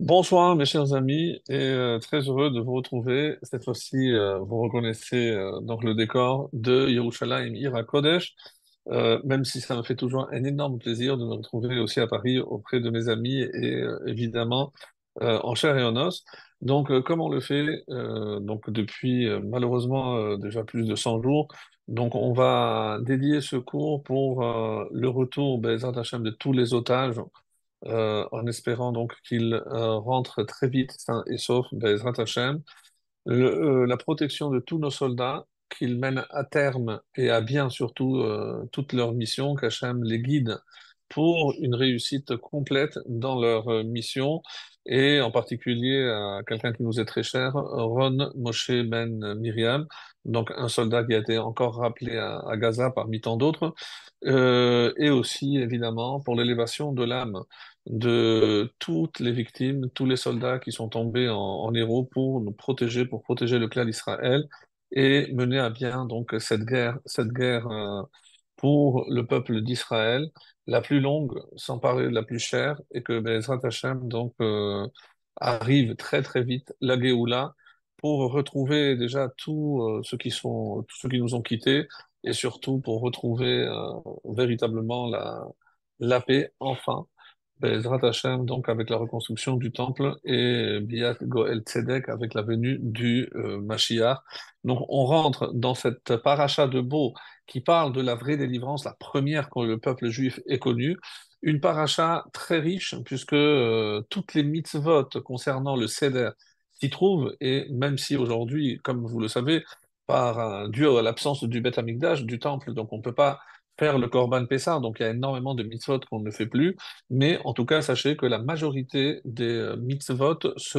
Bonsoir mes chers amis et très heureux de vous retrouver. Cette fois-ci, vous reconnaissez donc le décor de Yerushalayim Ira Kodesh, même si ça me fait toujours un énorme plaisir de me retrouver aussi à Paris auprès de mes amis et évidemment en chair et en os. Donc comme on le fait donc depuis malheureusement déjà plus de 100 jours, donc on va dédier ce cours pour le retour Be'ezrat Hashem de tous les otages en espérant donc qu'il rentre très vite sain et sauf, Bezrat Hashem, la protection de tous nos soldats, qu'ils mènent à terme et à bien surtout toute leur mission, qu'Hachem les guide pour une réussite complète dans leur mission, et en particulier à quelqu'un qui nous est très cher, Ron Moshe Ben Miriam, donc un soldat qui a été encore rappelé à Gaza parmi tant d'autres, et aussi évidemment pour l'élévation de l'âme de toutes les victimes, tous les soldats qui sont tombés en héros pour nous protéger, pour protéger le clan d'Israël et mener à bien donc cette guerre pour le peuple d'Israël, la plus longue, sans parler de la plus chère, et que Bezrat Hashem donc arrive très très vite la Géoula pour retrouver déjà tous ceux qui nous ont quittés et surtout pour retrouver véritablement la paix enfin. Bezrat Hashem, donc avec la reconstruction du temple et Biat Goel Tzedek avec la venue du Mashiach. Donc on rentre dans cette paracha de Beau qui parle de la vraie délivrance, la première que le peuple juif ait connue. Une paracha très riche puisque toutes les mitzvot concernant le Seder s'y trouvent et même si aujourd'hui, comme vous le savez, dû à l'absence du Beth Amikdash, du temple, donc on ne peut pas faire le Korban Pessah, donc il y a énormément de mitzvot qu'on ne fait plus. Mais en tout cas, sachez que la majorité des mitzvot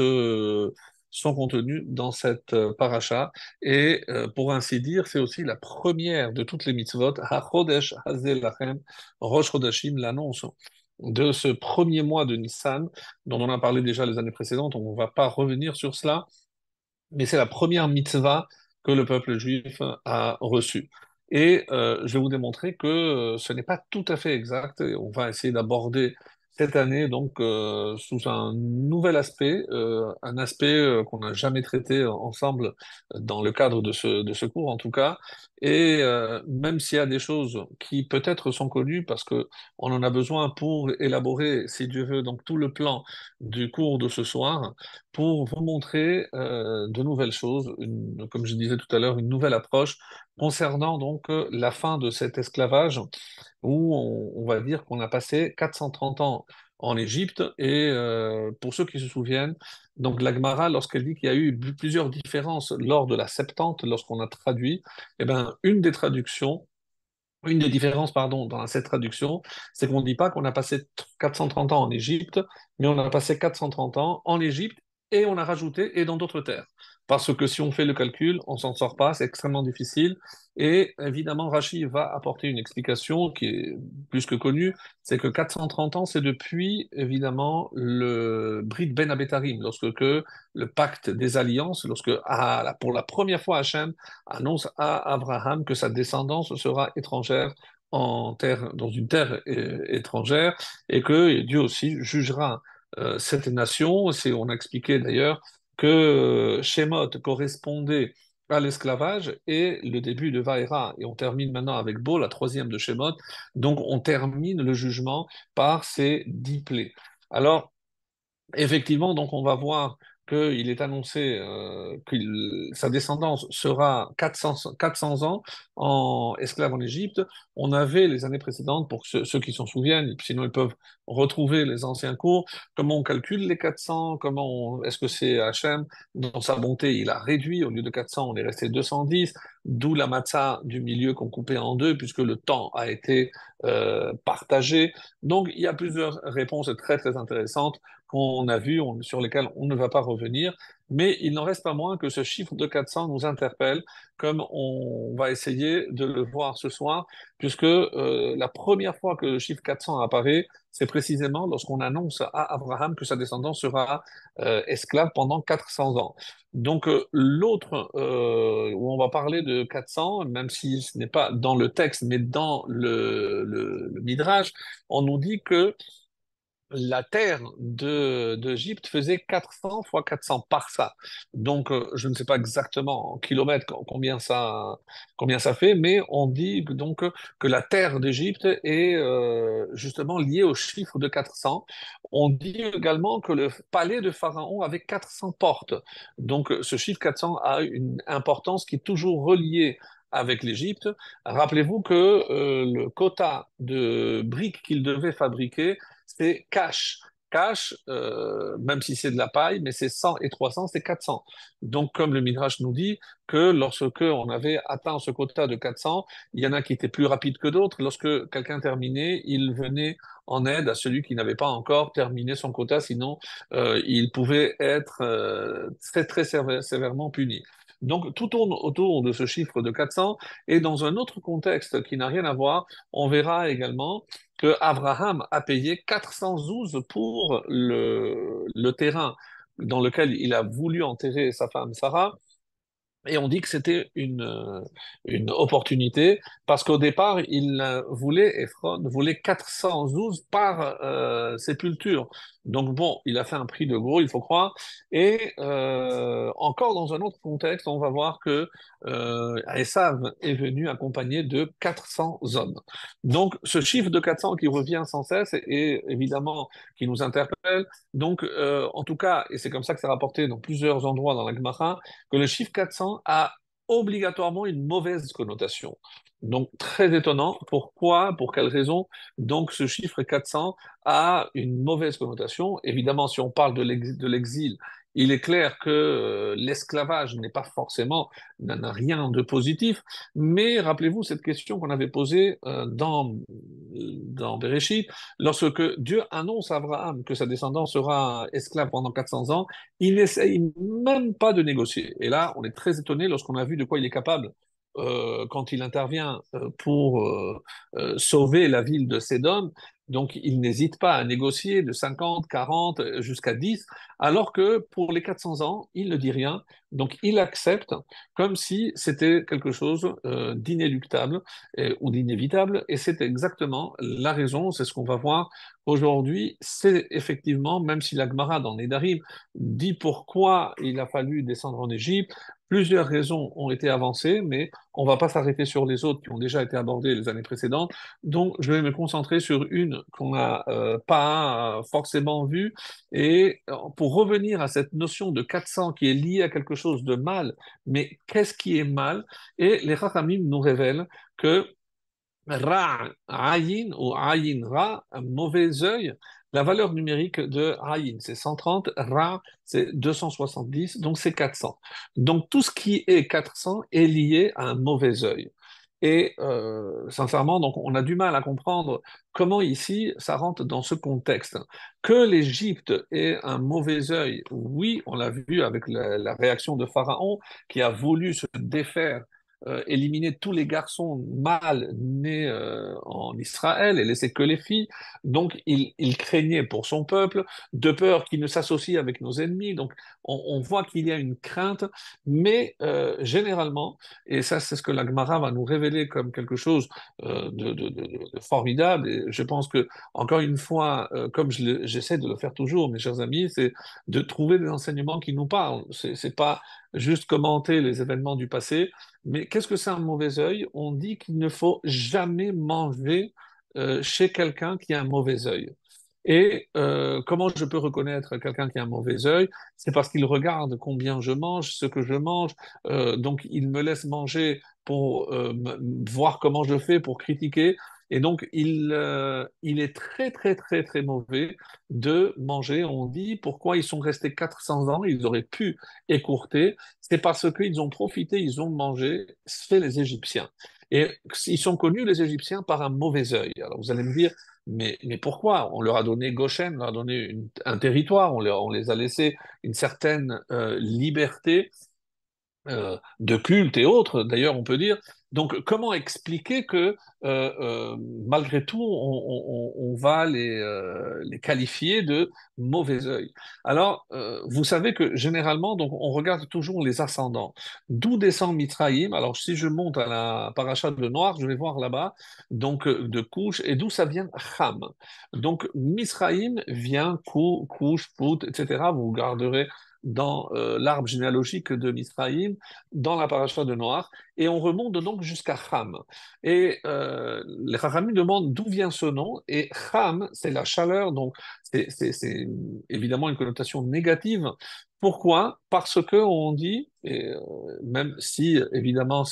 sont contenus dans cette paracha. Et pour ainsi dire, c'est aussi la première de toutes les mitzvot. HaChodesh Hazeh Lachem, Rosh Chodashim, l'annonce de ce premier mois de Nissan, dont on a parlé déjà les années précédentes. On ne va pas revenir sur cela, mais c'est la première mitzvah que le peuple juif a reçue. Et je vais vous démontrer que ce n'est pas tout à fait exact. Et on va essayer d'aborder cette année donc sous un nouvel aspect, un aspect qu'on n'a jamais traité ensemble dans le cadre de ce cours en tout cas. Et même s'il y a des choses qui peut-être sont connues parce que on en a besoin pour élaborer, si Dieu veut, donc tout le plan du cours de ce soir pour vous montrer de nouvelles choses, comme je disais tout à l'heure, une nouvelle approche concernant donc la fin de cet esclavage où on va dire qu'on a passé 430 ans en Égypte et pour ceux qui se souviennent, donc la Gemara, lorsqu'elle dit qu'il y a eu plusieurs différences lors de la Septante, lorsqu'on a traduit, eh ben, une des différences, pardon, dans cette traduction, c'est qu'on ne dit pas qu'on a passé 430 ans en Égypte, mais on a passé 430 ans en Égypte et on a rajouté et dans d'autres terres. Parce que si on fait le calcul, on s'en sort pas, c'est extrêmement difficile. Et évidemment, Rachid va apporter une explication qui est plus que connue, c'est que 430 ans, c'est depuis évidemment le Brit Ben Abetarim, lorsque le pacte des alliances, pour la première fois Hachem annonce à Abraham que sa descendance sera étrangère dans une terre étrangère et que Dieu aussi jugera cette nation. On a expliqué d'ailleurs que Shemot correspondait à l'esclavage et le début de Vaera. Et on termine maintenant avec Bo, la troisième de Shemot. Donc on termine le jugement par ces 10 plaies. Alors, effectivement, donc on va voir qu'il est annoncé que sa descendance sera 400 ans en esclave en Égypte. On avait les années précédentes, pour ceux qui s'en souviennent, sinon ils peuvent retrouver les anciens cours, comment on calcule les 400, est-ce que c'est Hachem, dans sa bonté, il a réduit, au lieu de 400, on est resté 210, d'où la matzah du milieu qu'on coupait en deux, puisque le temps a été partagé. Donc il y a plusieurs réponses très très intéressantes qu'on a vu, sur lesquels on ne va pas revenir, mais il n'en reste pas moins que ce chiffre de 400 nous interpelle, comme on va essayer de le voir ce soir, puisque la première fois que le chiffre 400 apparaît, c'est précisément lorsqu'on annonce à Abraham que sa descendance sera esclave pendant 400 ans. Donc l'autre, où on va parler de 400, même si ce n'est pas dans le texte, mais dans le Midrash, on nous dit que la terre d'Égypte faisait 400 fois 400 par ça. Donc, je ne sais pas exactement en kilomètres combien ça fait, mais on dit donc que la terre d'Égypte est justement liée au chiffre de 400. On dit également que le palais de Pharaon avait 400 portes. Donc, ce chiffre 400 a une importance qui est toujours reliée avec l'Égypte. Rappelez-vous que le quota de briques qu'il devait fabriquer, c'est cash. Cash, même si c'est de la paille, mais c'est 100 et 300, c'est 400. Donc, comme le Midrash nous dit, que lorsque on avait atteint ce quota de 400, il y en a qui étaient plus rapides que d'autres. Lorsque quelqu'un terminait, il venait en aide à celui qui n'avait pas encore terminé son quota, sinon il pouvait être très très sévèrement puni. Donc tout tourne autour de ce chiffre de 400 et dans un autre contexte qui n'a rien à voir, on verra également que Abraham a payé 400 zouz pour le terrain dans lequel il a voulu enterrer sa femme Sarah. Et on dit que c'était une opportunité parce qu'au départ, Ephron voulait 400 zouz par sépulture. Donc bon, il a fait un prix de gros, il faut croire. Et encore dans un autre contexte, on va voir que Esav est venu accompagné de 400 hommes. Donc ce chiffre de 400 qui revient sans cesse et évidemment qui nous interpelle. Donc en tout cas, et c'est comme ça que c'est rapporté dans plusieurs endroits dans la Gemara, que le chiffre 400 a obligatoirement une mauvaise connotation. Donc, très étonnant. Pourquoi, pour quelle raison, donc, ce chiffre 400 a une mauvaise connotation? Évidemment, si on parle de l'exil, il est clair que l'esclavage n'est pas forcément, n'a rien de positif, mais rappelez-vous cette question qu'on avait posée dans Bereshit, lorsque Dieu annonce à Abraham que sa descendance sera esclave pendant 400 ans, il n'essaye même pas de négocier. Et là, on est très étonné lorsqu'on a vu de quoi il est capable quand il intervient pour sauver la ville de Sédom. Donc, il n'hésite pas à négocier de 50, 40 jusqu'à 10, alors que pour les 400 ans, il ne dit rien. Donc, il accepte comme si c'était quelque chose d'inéluctable ou d'inévitable. Et c'est exactement la raison, c'est ce qu'on va voir aujourd'hui. C'est effectivement, même si la Gemara dans Nédarim dit pourquoi il a fallu descendre en Égypte, plusieurs raisons ont été avancées, mais on ne va pas s'arrêter sur les autres qui ont déjà été abordées les années précédentes. Donc, je vais me concentrer sur une qu'on n'a pas forcément vue. Et pour revenir à cette notion de 400 qui est liée à quelque chose de mal, mais qu'est-ce qui est mal? Et les Chachamim nous révèlent que Ra, Ayin ou Ayin Ra, un mauvais œil, la valeur numérique de Ayin, c'est 130, Ra, c'est 270, donc c'est 400. Donc tout ce qui est 400 est lié à un mauvais œil. Et sincèrement, donc on a du mal à comprendre comment ici ça rentre dans ce contexte. Que l'Égypte ait un mauvais œil, oui, on l'a vu avec la réaction de Pharaon qui a voulu se défaire éliminer tous les garçons mâles nés en Israël et laisser que les filles. Donc, il craignait pour son peuple, de peur qu'il ne s'associe avec nos ennemis. Donc, on voit qu'il y a une crainte, mais généralement, et ça, c'est ce que la Gemara va nous révéler comme quelque chose de formidable. Et je pense que, encore une fois, comme j'essaie de le faire toujours, mes chers amis, c'est de trouver des enseignements qui nous parlent. C'est pas juste commenter les événements du passé, mais qu'est-ce que c'est un mauvais œil? On dit qu'il ne faut jamais manger chez quelqu'un qui a un mauvais œil. Et comment je peux reconnaître quelqu'un qui a un mauvais œil? C'est parce qu'il regarde combien je mange, ce que je mange. Donc, il me laisse manger pour voir comment je fais, pour critiquer. Et donc, il est très, très, très, très mauvais de manger. On dit pourquoi ils sont restés 400 ans, ils auraient pu écourter. C'est parce qu'ils ont profité, ils ont mangé chez les Égyptiens. Et ils sont connus, les Égyptiens, par un mauvais œil. Alors, vous allez me dire, mais pourquoi? On leur a donné Goshen, on leur a donné un territoire, on les a laissé une certaine liberté de culte et autres, d'ailleurs, on peut dire. Donc, comment expliquer que malgré tout, on va les qualifier de mauvais œil? Alors, vous savez que généralement, donc, on regarde toujours les ascendants. D'où descend Mitraïm? Alors, si je monte à la paracha de Noir, je vais voir là-bas, donc de Couche, et d'où ça vient Ham. Donc, Misraïm vient Couche, Pout, etc. Vous garderez dans l'arbre généalogique de Misraïm, dans la paracha de Noir et on remonte donc jusqu'à Ham. Et les Chachamim demandent d'où vient ce nom, et Ham, c'est la chaleur, donc c'est évidemment une connotation négative. Pourquoi? Parce que on dit, et, même si évidemment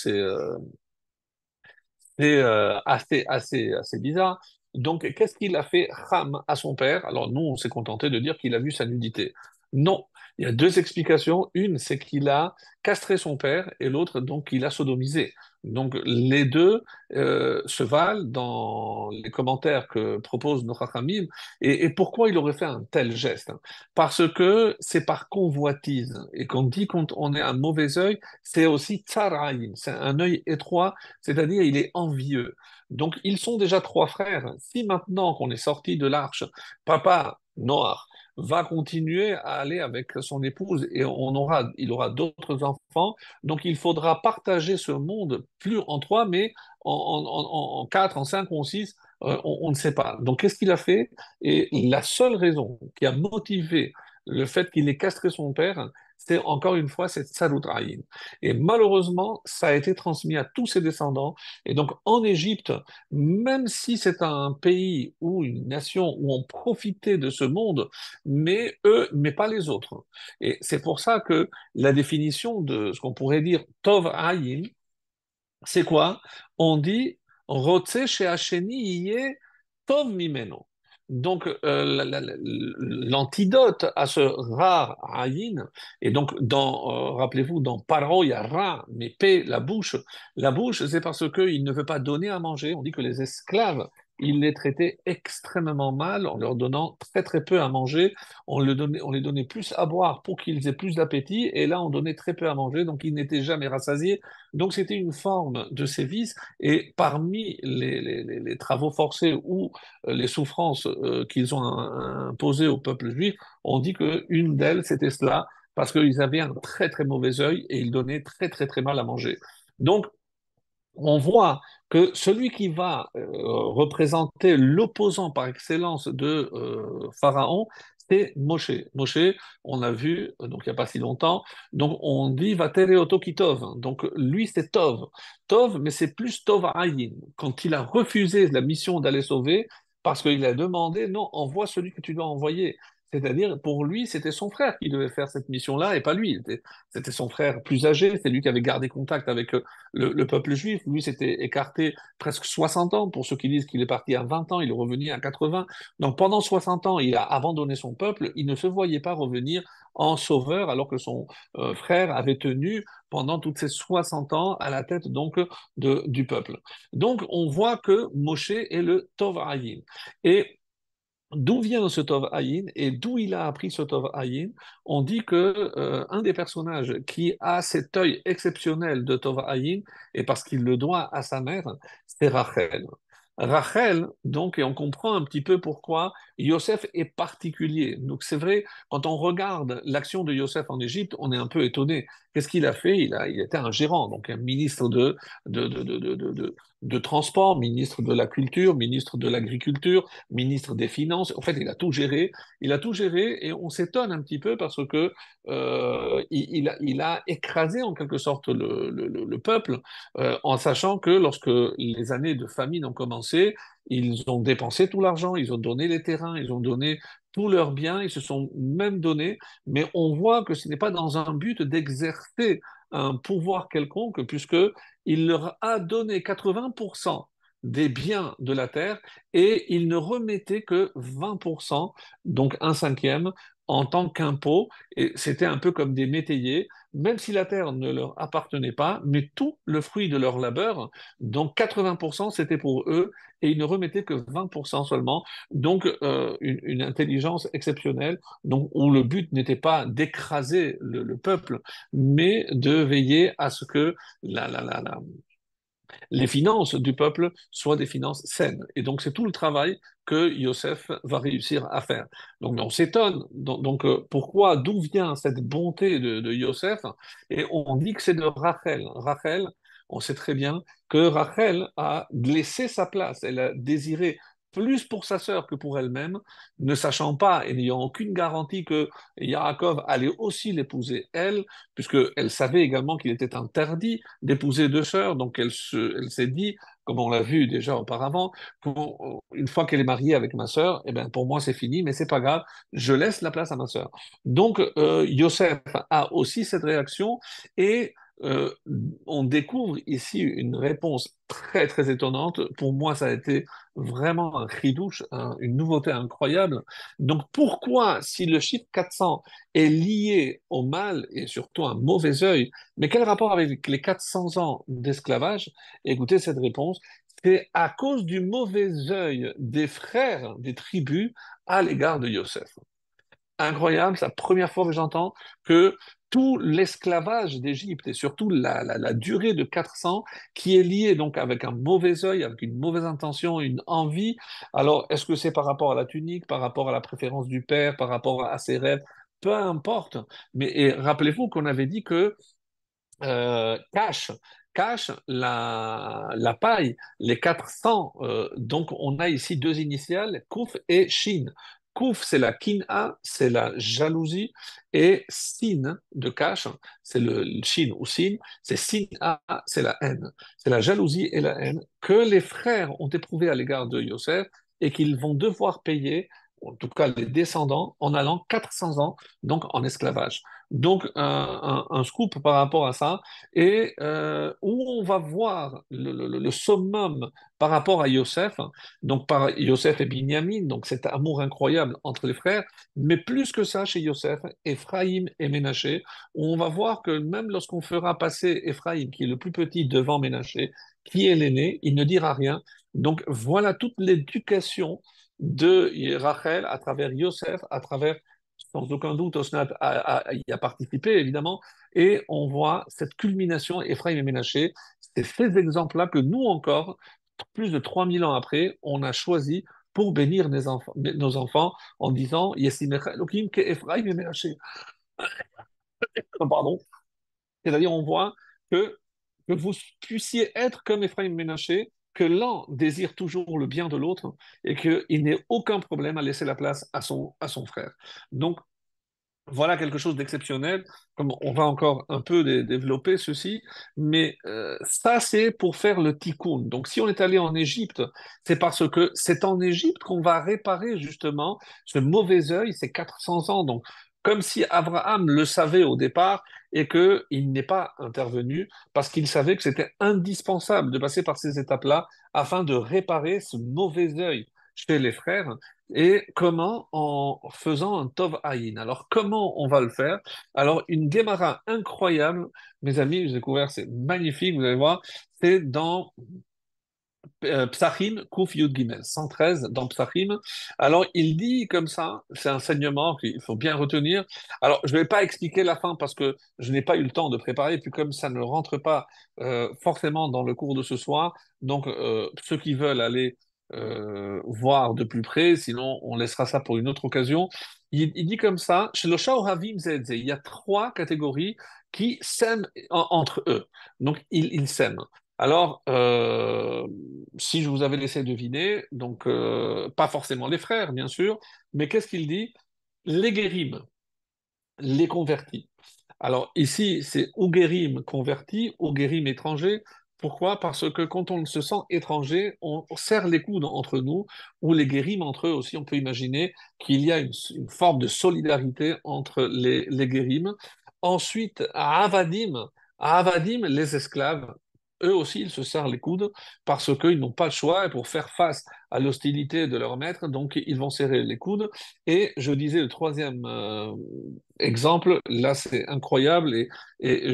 c'est assez bizarre. Donc, qu'est-ce qu'il a fait Ham à son père? Alors, nous, on s'est contenté de dire qu'il a vu sa nudité. Non, il y a deux explications. Une, c'est qu'il a castré son père, et l'autre, donc, il a sodomisé. Donc, les deux se valent dans les commentaires que propose nos Chachamim. Et pourquoi il aurait fait un tel geste? Parce que c'est par convoitise. Et qu'on dit quand on est un mauvais œil, c'est aussi tsarayim, c'est un œil étroit, c'est-à-dire il est envieux. Donc ils sont déjà trois frères. Si maintenant qu'on est sorti de l'arche, papa Noach va continuer à aller avec son épouse et il aura d'autres enfants, donc il faudra partager ce monde plus en trois, mais en quatre, en cinq ou en six, on ne sait pas. Donc qu'est-ce qu'il a fait? Et la seule raison qui a motivé le fait qu'il ait castré son père, c'est encore une fois cette Sarut Aïn. Et malheureusement, ça a été transmis à tous ses descendants. Et donc, en Égypte, même si c'est un pays ou une nation où on profitait de ce monde, mais eux, mais pas les autres. Et c'est pour ça que la définition de ce qu'on pourrait dire Tov Ayin, c'est quoi? On dit Rotse Sheacheni Iye Tov Mimeno. Donc, l'antidote à ce rare ayin, et donc, rappelez-vous, dans Paro, il y a ra, mais paix, la bouche, c'est parce qu'il ne veut pas donner à manger. On dit que les esclaves, il les traitait extrêmement mal en leur donnant très très peu à manger. On les donnait plus à boire pour qu'ils aient plus d'appétit, et là, on donnait très peu à manger, donc ils n'étaient jamais rassasiés. Donc, c'était une forme de sévice, et parmi les travaux forcés ou les souffrances qu'ils ont imposées au peuple juif, on dit qu'une d'elles, c'était cela, parce qu'ils avaient un très très mauvais œil et ils donnaient très très très mal à manger. Donc, on voit que celui qui va représenter l'opposant par excellence de Pharaon, c'est Moshe. Moshe, on a vu, donc il n'y a pas si longtemps, donc on dit Vatereoto Kitov. Donc lui, c'est Tov. Tov, mais c'est plus Tov Ayin. Quand il a refusé la mission d'aller sauver, parce qu'il a demandé, non, envoie celui que tu dois envoyer. C'est-à-dire, pour lui, c'était son frère qui devait faire cette mission-là et pas lui. C'était son frère plus âgé, c'est lui qui avait gardé contact avec le peuple juif. Lui s'était écarté presque 60 ans. Pour ceux qui disent qu'il est parti à 20 ans, il est revenu à 80. Donc pendant 60 ans, il a abandonné son peuple. Il ne se voyait pas revenir en sauveur alors que son frère avait tenu pendant toutes ces 60 ans à la tête donc du peuple. Donc on voit que Moshe est le Tov Ayin. Et d'où vient ce Tov Ayin et d'où il a appris ce Tov Ayin? On dit que un des personnages qui a cet œil exceptionnel de Tov Ayin, et parce qu'il le doit à sa mère, c'est Rachel. Rachel, donc, et on comprend un petit peu pourquoi Yosef est particulier. Donc c'est vrai, quand on regarde l'action de Yosef en Égypte, on est un peu étonné. Qu'est-ce qu'il a fait? Il était un gérant, donc un ministre de, de, de, de, de, de de transport, ministre de la culture, ministre de l'agriculture, ministre des Finances. En fait, il a tout géré. Il a tout géré et on s'étonne un petit peu parce que il a écrasé en quelque sorte le peuple en sachant que lorsque les années de famine ont commencé, ils ont dépensé tout l'argent, ils ont donné les terrains, ils ont donné tous leurs biens, ils se sont même donnés, mais on voit que ce n'est pas dans un but d'exercer un pouvoir quelconque, puisque il leur a donné 80% des biens de la terre et il ne remettait que 20%, donc un cinquième, en tant qu'impôt. Et c'était un peu comme des métayers, même si la terre ne leur appartenait pas, mais tout le fruit de leur labeur, donc 80%, c'était pour eux et ils ne remettaient que 20% seulement. Donc une intelligence exceptionnelle, donc, où le but n'était pas d'écraser le peuple, mais de veiller à ce que la, la, la, la les finances du peuple soient des finances saines. Et donc, c'est tout le travail que Yosef va réussir à faire. Donc, on s'étonne. Pourquoi, d'où vient cette bonté de Yosef? Et on dit que c'est de Rachel. Rachel, on sait très bien que Rachel a laissé sa place. Elle a désiré plus pour sa sœur que pour elle-même, ne sachant pas et n'ayant aucune garantie que Yaakov allait aussi l'épouser elle, puisqu'elle savait également qu'il était interdit d'épouser deux sœurs, donc elle s'est dit, comme on l'a vu déjà auparavant, une fois qu'elle est mariée avec ma sœur, eh ben, pour moi c'est fini, mais c'est pas grave, je laisse la place à ma sœur. Donc Yosef a aussi cette réaction et euh, on découvre ici une réponse très très étonnante. Pour moi, ça a été vraiment un chidouche, une nouveauté incroyable. Donc pourquoi, si le chiffre 400 est lié au mal et surtout un mauvais œil, mais quel rapport avec les 400 ans d'esclavage? Écoutez cette réponse. C'est à cause du mauvais œil des frères des tribus à l'égard de Yosef. Incroyable, c'est la première fois que j'entends que tout l'esclavage d'Égypte et surtout la durée de 400 qui est liée donc avec un mauvais œil, avec une mauvaise intention, une envie. Alors, est-ce que c'est par rapport à la tunique, par rapport à la préférence du père, par rapport à ses rêves? Peu importe. Mais et rappelez-vous qu'on avait dit que cache, cache la paille, les 400. Donc, on a ici deux initiales, Kouf et Shin. Kouf, c'est la kina, c'est la jalousie, et Sin de cache, c'est le Shin ou Sin, c'est Sina, c'est la haine. C'est la jalousie et la haine que les frères ont éprouvé à l'égard de Yosef et qu'ils vont devoir payer, en tout cas les descendants, en allant 400 ans donc en esclavage. Donc, un scoop par rapport à ça, et où on va voir le summum par rapport à Yosef, donc par Yosef et Binyamin, donc cet amour incroyable entre les frères, mais plus que ça chez Yosef, Ephraïm et Ménaché, où on va voir que même lorsqu'on fera passer Ephraïm, qui est le plus petit, devant Ménaché, qui est l'aîné, il ne dira rien. Donc voilà toute l'éducation de Rachel à travers Yosef, à travers sans aucun doute, Osnat y a participé, évidemment, et on voit cette culmination, Ephraim et Ménaché, c'est ces exemples-là que nous encore, plus de 3000 ans après, on a choisi pour bénir nos enfants en disant Yesimecha Elohim ke Ephraim et Ménaché. Pardon. C'est-à-dire, on voit que, que vous puissiez être comme Ephraim et Ménaché, que l'un désire toujours le bien de l'autre et qu'il n'ait aucun problème à laisser la place à son frère. Donc, voilà quelque chose d'exceptionnel, comme on va encore un peu développer ceci, mais ça c'est pour faire le tikkun. Donc si on est allé en Égypte, c'est parce que c'est en Égypte qu'on va réparer justement ce mauvais œil, ces 400 ans. Donc comme si Abraham le savait au départ et qu'il n'est pas intervenu parce qu'il savait que c'était indispensable de passer par ces étapes-là afin de réparer ce mauvais œil chez les frères. Et comment? En faisant un Tov Ayin. Alors, comment on va le faire? Alors, une Gemara incroyable, mes amis, j'ai découvert, c'est magnifique, vous allez voir, c'est dans Psachim, Kuf Yud Gimel, 113 dans Psachim. Alors, il dit comme ça, c'est un enseignement qu'il faut bien retenir. Alors, je ne vais pas expliquer la fin parce que je n'ai pas eu le temps de préparer, puis comme ça ne rentre pas forcément dans le cours de ce soir, donc ceux qui veulent aller voir de plus près, sinon on laissera ça pour une autre occasion. Il dit comme ça, chez le Shaoravim Zedze, il y a trois catégories qui s'aiment entre eux. Donc, ils s'aiment. Alors, si je vous avais laissé deviner, donc pas forcément les frères, bien sûr, mais qu'est-ce qu'il dit? Les guérim, les convertis. Alors ici, c'est Ouguérim converti, Ouguérim étranger. Pourquoi? Parce que quand on se sent étranger, on serre les coudes entre nous, ou les guérims entre eux aussi. On peut imaginer qu'il y a une forme de solidarité entre les guérims. Ensuite, à Avadim, les esclaves, eux aussi, ils se serrent les coudes parce qu'ils n'ont pas le choix et pour faire face à l'hostilité de leur maître, donc ils vont serrer les coudes. Et je disais le troisième exemple, là c'est incroyable et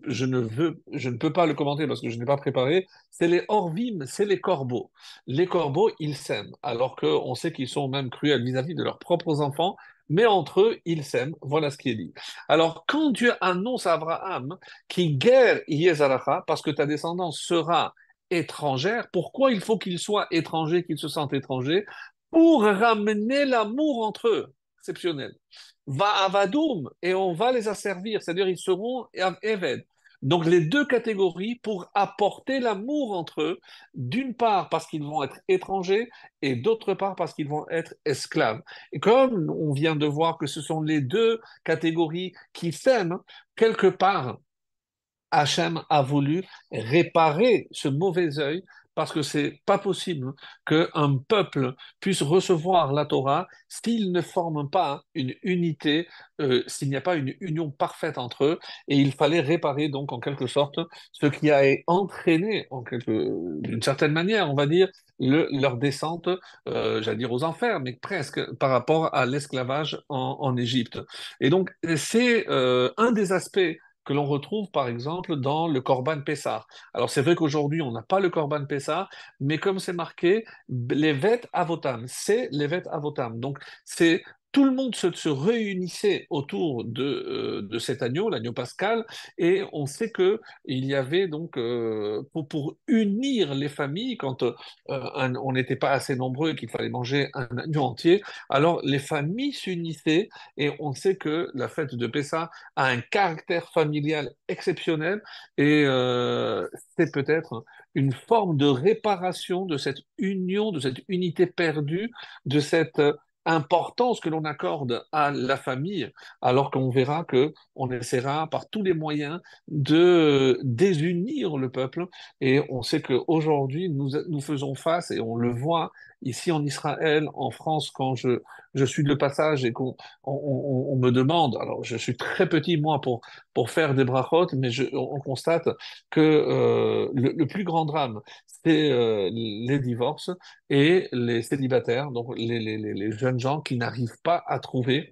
je ne peux pas le commenter parce que je n'ai pas préparé, c'est les Orvim, c'est les corbeaux. Les corbeaux, ils s'aiment, alors qu'on sait qu'ils sont même cruels vis-à-vis de leurs propres enfants, mais entre eux, ils s'aiment. Voilà ce qui est dit. Alors, quand Dieu annonce à Abraham qui guère Yezaracha, parce que ta descendance sera étrangère. Pourquoi il faut qu'ils soient étrangers, qu'ils se sentent étrangers? Pour ramener l'amour entre eux. Exceptionnel. Va avadoum, et on va les asservir, c'est-à-dire ils seront eved. Donc les deux catégories pour apporter l'amour entre eux, d'une part parce qu'ils vont être étrangers et d'autre part parce qu'ils vont être esclaves. Et comme on vient de voir que ce sont les deux catégories qui s'aiment, quelque part, Hachem a voulu réparer ce mauvais œil parce que c'est pas possible qu'un peuple puisse recevoir la Torah s'il ne forme pas une unité, s'il n'y a pas une union parfaite entre eux. Et il fallait réparer donc en quelque sorte ce qui a entraîné, d'une certaine manière, on va dire, leur descente, j'allais dire aux enfers, mais presque par rapport à l'esclavage en Égypte. Et donc c'est un des aspects que l'on retrouve par exemple dans le Corban Pessah. Alors c'est vrai qu'aujourd'hui on n'a pas le Corban Pessah, mais comme c'est marqué, Levet Avotam, c'est Levet Avotam. Donc c'est tout le monde se réunissait autour de cet agneau, l'agneau pascal, et on sait que il y avait donc pour unir les familles quand on n'était pas assez nombreux et qu'il fallait manger un agneau entier, alors les familles s'unissaient et on sait que la fête de Pessah a un caractère familial exceptionnel et c'est peut-être une forme de réparation de cette union, de cette unité perdue, de cette importance que l'on accorde à la famille, alors qu'on verra que on essaiera par tous les moyens de désunir le peuple. Et on sait qu'aujourd'hui, nous faisons face, et on le voit ici en Israël, en France, quand je suis de passage et on me demande, alors je suis très petit moi pour faire des brachot, mais on constate que le plus grand drame, c'est les divorces et les célibataires, donc les jeunes gens qui n'arrivent pas à trouver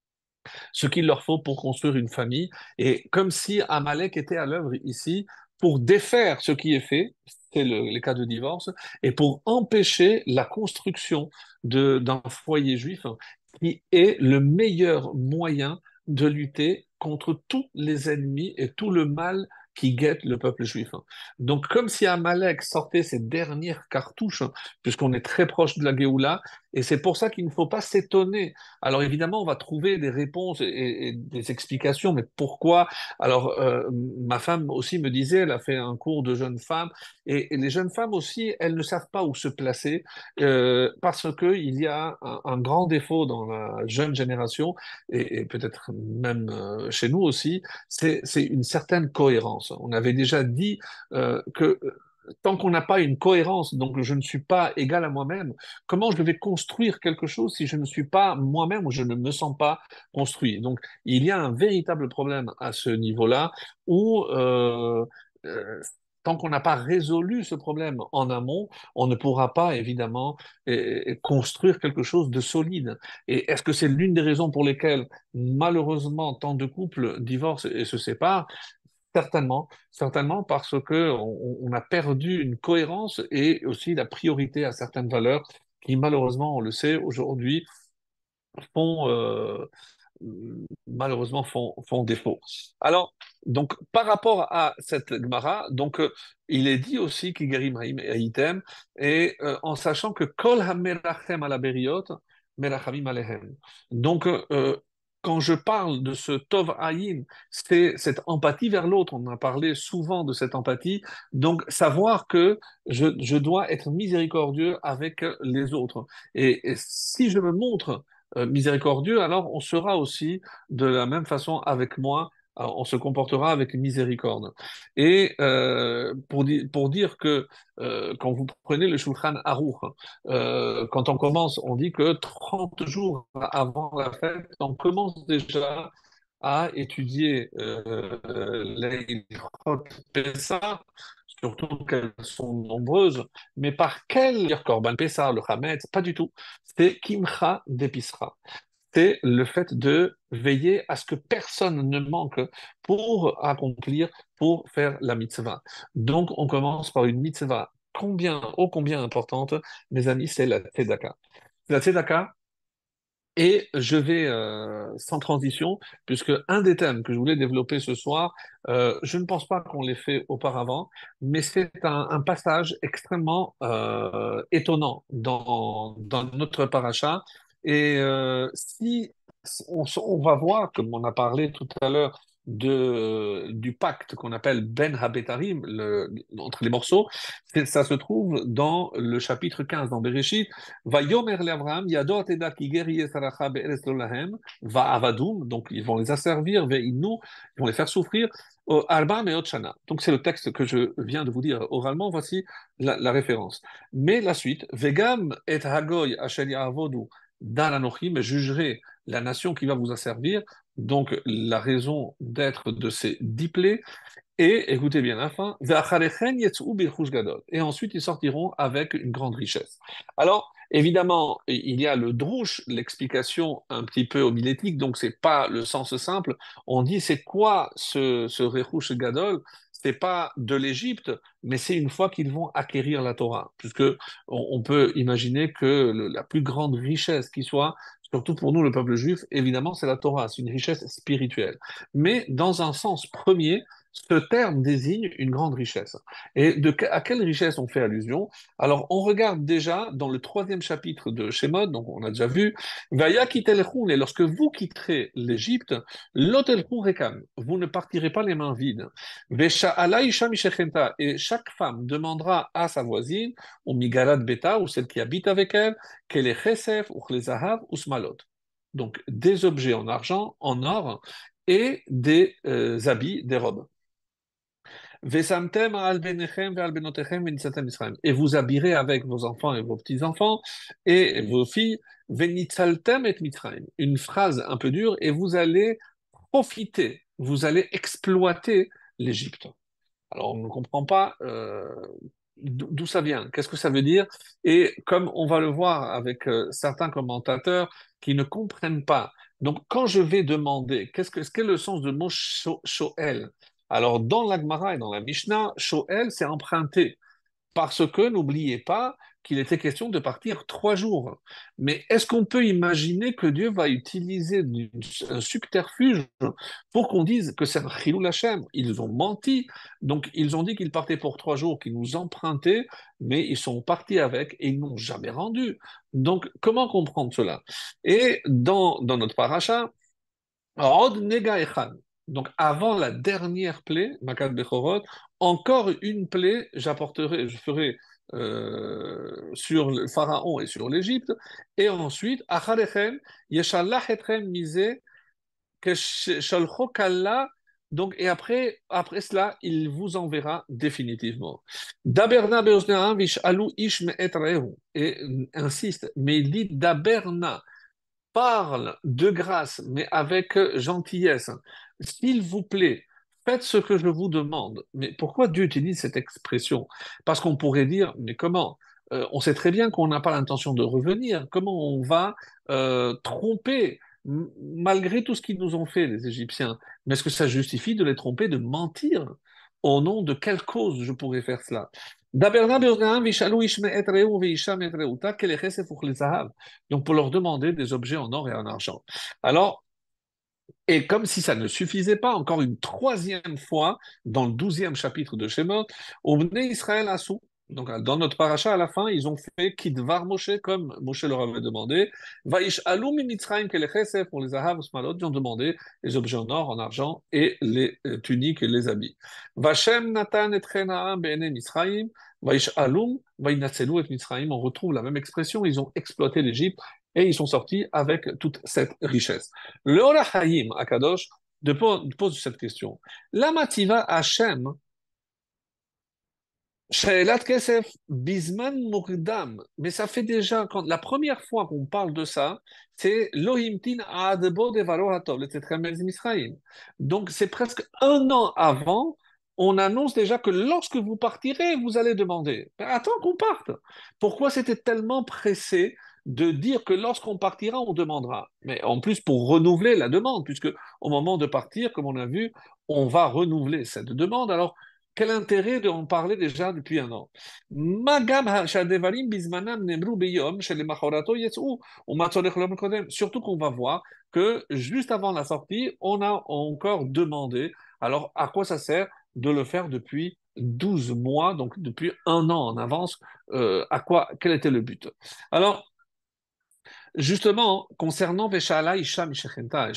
ce qu'il leur faut pour construire une famille. Et comme si Amalek était à l'œuvre ici pour défaire ce qui est fait, c'est les cas de divorce, et pour empêcher la construction d'un foyer juif qui est le meilleur moyen de lutter contre tous les ennemis et tout le mal qui guette le peuple juif. Donc, comme si Amalek sortait ses dernières cartouches, puisqu'on est très proche de la Géoula, et c'est pour ça qu'il ne faut pas s'étonner. Alors évidemment, on va trouver des réponses et des explications, mais pourquoi? Alors, ma femme aussi me disait, elle a fait un cours de jeunes femmes, et les jeunes femmes aussi, elles ne savent pas où se placer, parce qu'il y a un grand défaut dans la jeune génération, et peut-être même chez nous aussi, c'est une certaine cohérence. On avait déjà dit que tant qu'on n'a pas une cohérence, donc je ne suis pas égal à moi-même, comment je vais construire quelque chose si je ne suis pas moi-même ou je ne me sens pas construit? Donc, il y a un véritable problème à ce niveau-là où, euh, tant qu'on n'a pas résolu ce problème en amont, on ne pourra pas, évidemment, construire quelque chose de solide. Et est-ce que c'est l'une des raisons pour lesquelles, malheureusement, tant de couples divorcent et se séparent? Certainement, certainement parce que on a perdu une cohérence et aussi la priorité à certaines valeurs qui, malheureusement, on le sait, aujourd'hui, font, malheureusement, font défaut. Alors, donc, par rapport à cette Gemara, donc, il est dit aussi qu'Igarim Haïtem, et en sachant que Kol HaMerachem ala Beriot, Merachamim Alehem. Donc, quand je parle de ce Tov Ayin, c'est cette empathie vers l'autre. On a parlé souvent de cette empathie. Donc, savoir que je dois être miséricordieux avec les autres. Et si je me montre miséricordieux, alors on sera aussi de la même façon avec moi, on se comportera avec miséricorde. Et pour dire que quand vous prenez le Shulchan Aruch, quand on commence, on dit que 30 jours avant la fête, on commence déjà à étudier les Hilchot Pessah, surtout qu'elles sont nombreuses, mais par quel dire Korban Pessah, le Hametz, pas du tout. C'est Kimcha d'Episra. C'est le fait de veiller à ce que personne ne manque pour accomplir, pour faire la mitzvah. Donc, on commence par une mitzvah combien, ô combien importante, mes amis, c'est la tzedaka. La tzedaka, Et je vais sans transition, puisque un des thèmes que je voulais développer ce soir, je ne pense pas qu'on l'ait fait auparavant, mais c'est un passage extrêmement étonnant dans notre paracha. Et si on va voir, comme on a parlé tout à l'heure, du pacte qu'on appelle Ben Habetarim, entre les morceaux, ça se trouve dans le chapitre 15, dans Bereshit. Vayomer l'Abraham, Yado teda ki guerrier saracha be'eretz lo lahem, va avadum, donc ils vont les asservir, ve'inu, ils vont les faire souffrir, arba me'ot shana. Donc c'est le texte que je viens de vous dire oralement, voici la référence. Mais la suite, vegam et hagoy asher ya'avodu dan anochi, mais jugerez la nation qui va vous asservir, donc la raison d'être de ces 10 plaies, et écoutez bien la fin, et ensuite ils sortiront avec une grande richesse. Alors, évidemment, il y a le drouche, l'explication un petit peu homilétique, donc c'est pas le sens simple. On dit c'est quoi ce Rechush Gadol? C'est pas de l'Égypte, mais c'est une fois qu'ils vont acquérir la Torah, puisque on peut imaginer que la plus grande richesse qui soit, surtout pour nous le peuple juif, évidemment c'est la Torah, c'est une richesse spirituelle. Mais dans un sens premier, ce terme désigne une grande richesse. Et à quelle richesse on fait allusion? Alors, on regarde déjà dans le troisième chapitre de Shemot, donc on a déjà vu, Vaya kitelchun, et lorsque vous quitterez l'Égypte, lotelchun rekam, vous ne partirez pas les mains vides. Ve'sha'ala isha mishechenta, et chaque femme demandera à sa voisine, ou migarat beta, ou celle qui habite avec elle, qu'elle est chesef, ou zahav, ou smalot. Donc, des objets en argent, en or, et des habits, des robes. Vesamtem al benechem ve'al benotechem ve'nitzatem Israël. Et vous habillerez avec vos enfants et vos petits-enfants et vos filles, ve'nitzaltem et Mitzrayim. Une phrase un peu dure, et vous allez profiter, vous allez exploiter l'Égypte. Alors, on ne comprend pas d'où ça vient, qu'est-ce que ça veut dire. Et comme on va le voir avec certains commentateurs qui ne comprennent pas. Donc, quand je vais demander, qu'est-ce qu'est le sens de mot shoel? Alors, dans l'Agmara et dans la Mishnah, shoel, c'est emprunté. Parce que n'oubliez pas qu'il était question de partir 3 jours. Mais est-ce qu'on peut imaginer que Dieu va utiliser un subterfuge pour qu'on dise que c'est un chilul Hashem? Ils ont menti, donc ils ont dit qu'ils partaient pour 3 jours, qu'ils nous empruntaient, mais ils sont partis avec et ils n'ont jamais rendu. Donc comment comprendre cela? Et dans notre paracha, Od nega echad. Donc, avant la dernière plaie, Makat Bechorot, encore une plaie, je ferai sur le Pharaon et sur l'Égypte. Et ensuite, Acharechem, Yeshalach etchem mise, Keshalcho kalla. Donc, et après cela, il vous enverra définitivement. Daberna beoznaam vishalu ish me'et rehu. Et insiste, mais il dit Daberna parle de grâce, mais avec gentillesse. S'il vous plaît, faites ce que je vous demande. Mais pourquoi Dieu utilise cette expression? Parce qu'on pourrait dire, mais comment? On sait très bien qu'on n'a pas l'intention de revenir. Comment on va tromper, malgré tout ce qu'ils nous ont fait, les Égyptiens? Mais est-ce que ça justifie de les tromper, de mentir? Au nom de quelle cause je pourrais faire cela? Daberna be'oznaam vishalu ish me'et re'u ve'isha me'et re'uta kelechesef uchlezahav. Donc pour leur demander des objets en or et en argent. Alors, et comme si ça ne suffisait pas, encore une troisième fois, dans le 12e chapitre de Shemot, Obné Israël Assou. Donc, dans notre paracha, à la fin, ils ont fait Kidvar Moshe, comme Moshe leur avait demandé. Vaïsh Alou Mitzrayim Kelechesef pour les Ahav Smalot, ils ont demandé les objets en or, en argent et les tuniques et les habits. Vachem Natan et Chenaam Be'ene Mitzrayim, Vaïsh Alum, Vaïnatselu et Mitzrayim, on retrouve la même expression, ils ont exploité l'Égypte et ils sont sortis avec toute cette richesse. Le Ora Hayim, Akadosh, pose cette question. Lama tiva Hashem, She'elat Kesef, Bisman Mukdam. Mais ça fait déjà, la première fois qu'on parle de ça, c'est Lohimtin Adbo Devaro Hatov, le Tetremel Misraïm. Donc c'est presque un an avant, on annonce déjà que lorsque vous partirez, vous allez demander. Mais attends qu'on parte. Pourquoi c'était tellement pressé de dire que lorsqu'on partira, on demandera? Mais en plus, pour renouveler la demande, puisque au moment de partir, comme on a vu, on va renouveler cette demande. Alors, Quel intérêt d'en parler déjà depuis un an? Surtout qu'on va voir que juste avant la sortie, on a encore demandé. Alors, à quoi ça sert de le faire depuis 12 mois, donc depuis un an en avance? Quel était le but? Alors, justement, concernant Veshala Isha Mishechenta,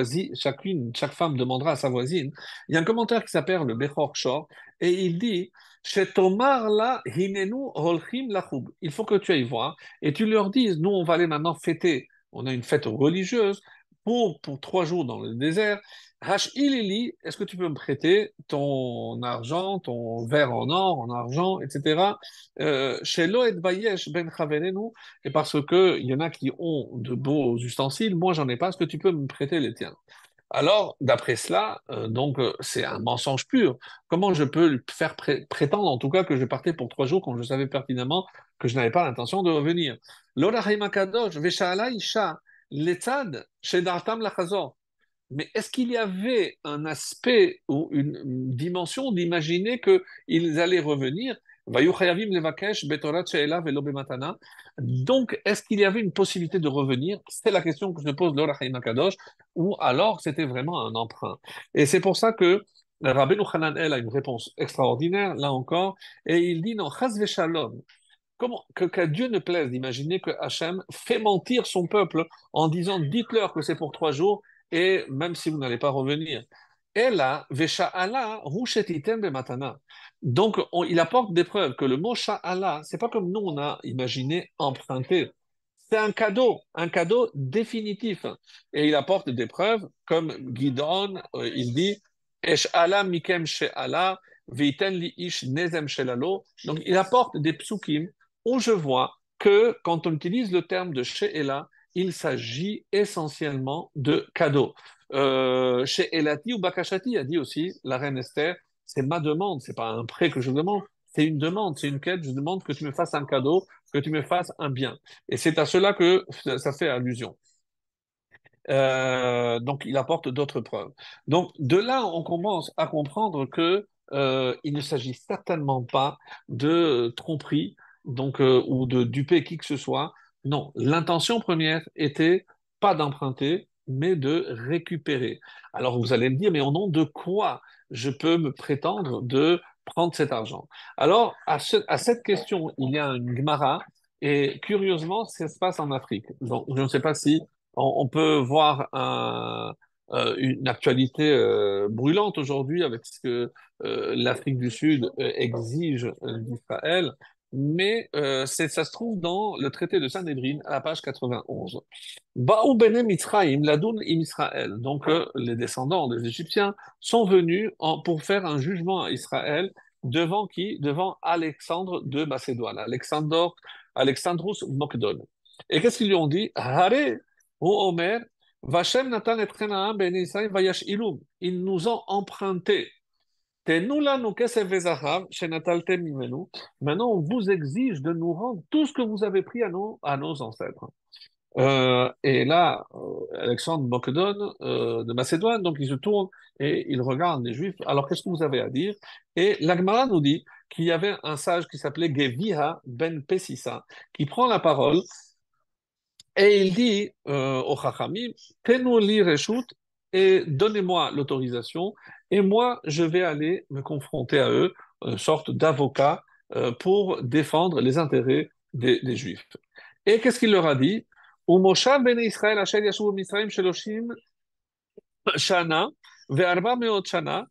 chaque femme demandera à sa voisine, il y a un commentaire qui s'appelle le Bechor Shor, et il dit, Shetomar la hinenu holchim lachug. Il faut que tu ailles voir, et tu leur dises, nous on va aller maintenant fêter, on a une fête religieuse, pour 3 jours dans le désert. Hash ilili, est-ce que tu peux me prêter ton argent, ton verre en or, en argent, etc. Chez Loed Bayesh ben Chaverenu, et parce que il y en a qui ont de beaux ustensiles, moi j'en ai pas, est-ce que tu peux me prêter les tiens? Alors, d'après cela, c'est un mensonge pur. Comment je peux lui faire prétendre, en tout cas, que je partais pour 3 jours quand je savais pertinemment que je n'avais pas l'intention de revenir? L'Ola Haïm Kadosh, Veshala Isha, Letzad, Shedartam Lachazor. Mais est-ce qu'il y avait un aspect ou une dimension d'imaginer qu'ils allaient revenir? Vayu chayavim levakesh betorat she'ela velo bematana. Donc, est-ce qu'il y avait une possibilité de revenir? C'est la question que se pose l'Or HaChaim HaKadosh, ou alors c'était vraiment un emprunt. Et c'est pour ça que Rabbeinu Hananel a une réponse extraordinaire, là encore, et il dit non, chas v'shalom. Comment que Dieu ne plaise d'imaginer que Hachem fait mentir son peuple en disant dites-leur que c'est pour 3 jours et même si vous n'allez pas revenir. Et là, Vesha'ala, Rushetitem Bematana. Donc, il apporte des preuves que le mot Sha'ala, c'est pas comme nous on a imaginé emprunter. C'est un cadeau définitif. Et il apporte des preuves comme Gidon, il dit Esh'ala mikem she'ala, veiten li ish nezem shelalo. Donc, il apporte des psukim où je vois que quand on utilise le terme de she'ela, il s'agit essentiellement de cadeaux. Chez Elati ou Bakashati a dit aussi, la reine Esther, c'est ma demande, c'est pas un prêt que je demande, c'est une demande, c'est une quête, je demande que tu me fasses un cadeau, que tu me fasses un bien. Et c'est à cela que ça fait allusion. Donc, il apporte d'autres preuves. Donc, de là, on commence à comprendre que il ne s'agit certainement pas de tromperie, ou de duper qui que ce soit. Non, l'intention première était pas d'emprunter, mais de récupérer. Alors, vous allez me dire, mais au nom de quoi je peux me prétendre de prendre cet argent? Alors, à cette question, il y a une Gemara, et curieusement, ça se passe en Afrique. Donc, je ne sais pas si on peut voir une actualité brûlante aujourd'hui avec ce que l'Afrique du Sud exige d'Israël, mais ça se trouve dans le traité de Sanhedrin à la page 91. Ba'u bene Mitzrayim ladun im Israël. Donc les descendants des Égyptiens sont venus pour faire un jugement à Israël devant qui? Devant Alexandre de Macédoine, Alexandros Mokdon. Et qu'est-ce qu'ils lui ont dit? Hare ou Omer, Vachem Natan et Prenaham ben Israël vayash ilum. Ils nous ont emprunté. Tenu lanu kesef vezachav shenataltem mimenu. Maintenant, on vous exige de nous rendre tout ce que vous avez pris à nos ancêtres. Et là, Alexandre Macédone de Macédoine, donc il se tourne et il regarde les Juifs. Alors, qu'est-ce que vous avez à dire? Et l'Agmara nous dit qu'il y avait un sage qui s'appelait Geviha ben Pessissa, qui prend la parole et il dit au Chachamim, Tenu li reshut et donnez-moi l'autorisation, et moi je vais aller me confronter à eux, une sorte d'avocat, pour défendre les intérêts des Juifs. Et qu'est-ce qu'il leur a dit? Umoshav ben Israël asher yashuv Mitzrayim sheloshim shana ve'arba meot shana.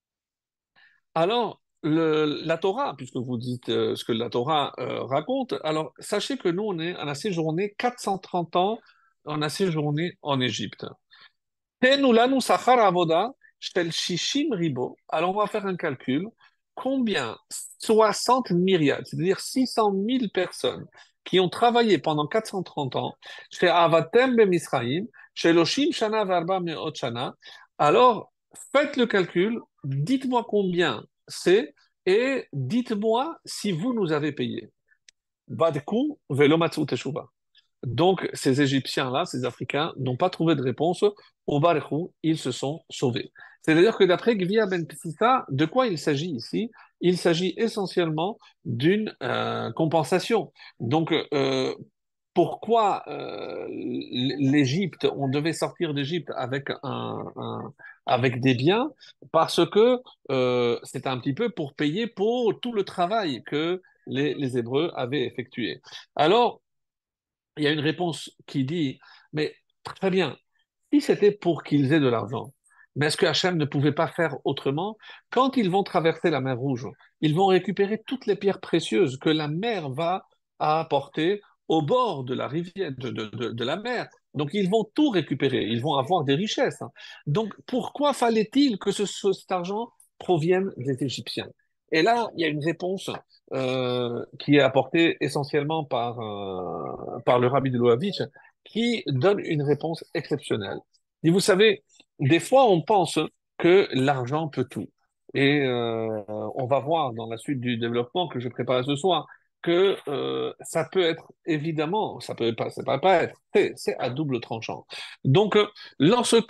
Alors, la Torah, puisque vous dites ce que la Torah raconte, alors sachez que nous, on a séjourné 430 ans, on a séjourné en Égypte. Tenu lanu sachar avoda shel shishim ribo. Alors, on va faire un calcul. Combien? 60 myriades, c'est-à-dire 600 000 personnes qui ont travaillé pendant 430 ans chez Avatem ben Misraïm, chez Loshim Shana Varba Meot Shana. Alors, faites le calcul, dites-moi combien c'est et dites-moi si vous nous avez payé. Badku velo matzu teshuva. Donc, ces Égyptiens-là, ces Africains, n'ont pas trouvé de réponse au Barkhou, ils se sont sauvés. C'est-à-dire que d'après Gvia Ben Psissa, de quoi il s'agit ici? Il s'agit essentiellement d'une compensation. Donc, pourquoi l'Égypte, on devait sortir d'Égypte avec avec des biens? Parce que c'est un petit peu pour payer pour tout le travail que les Hébreux avaient effectué. Alors, il y a une réponse qui dit, mais très bien, si c'était pour qu'ils aient de l'argent, mais est-ce que Hachem ne pouvait pas faire autrement? Quand ils vont traverser la mer Rouge, ils vont récupérer toutes les pierres précieuses que la mer va apporter au bord de la rivière, de la mer. Donc ils vont tout récupérer, ils vont avoir des richesses, hein. Donc pourquoi fallait-il que cet argent provienne des Égyptiens? Et là, il y a une réponse qui est apportée essentiellement par le rabbi de Loavitch, qui donne une réponse exceptionnelle. Et vous savez, des fois, on pense que l'argent peut tout. Et on va voir dans la suite du développement que je prépare ce soir que ça peut être évidemment, ça peut pas être, c'est à double tranchant. Donc, lorsque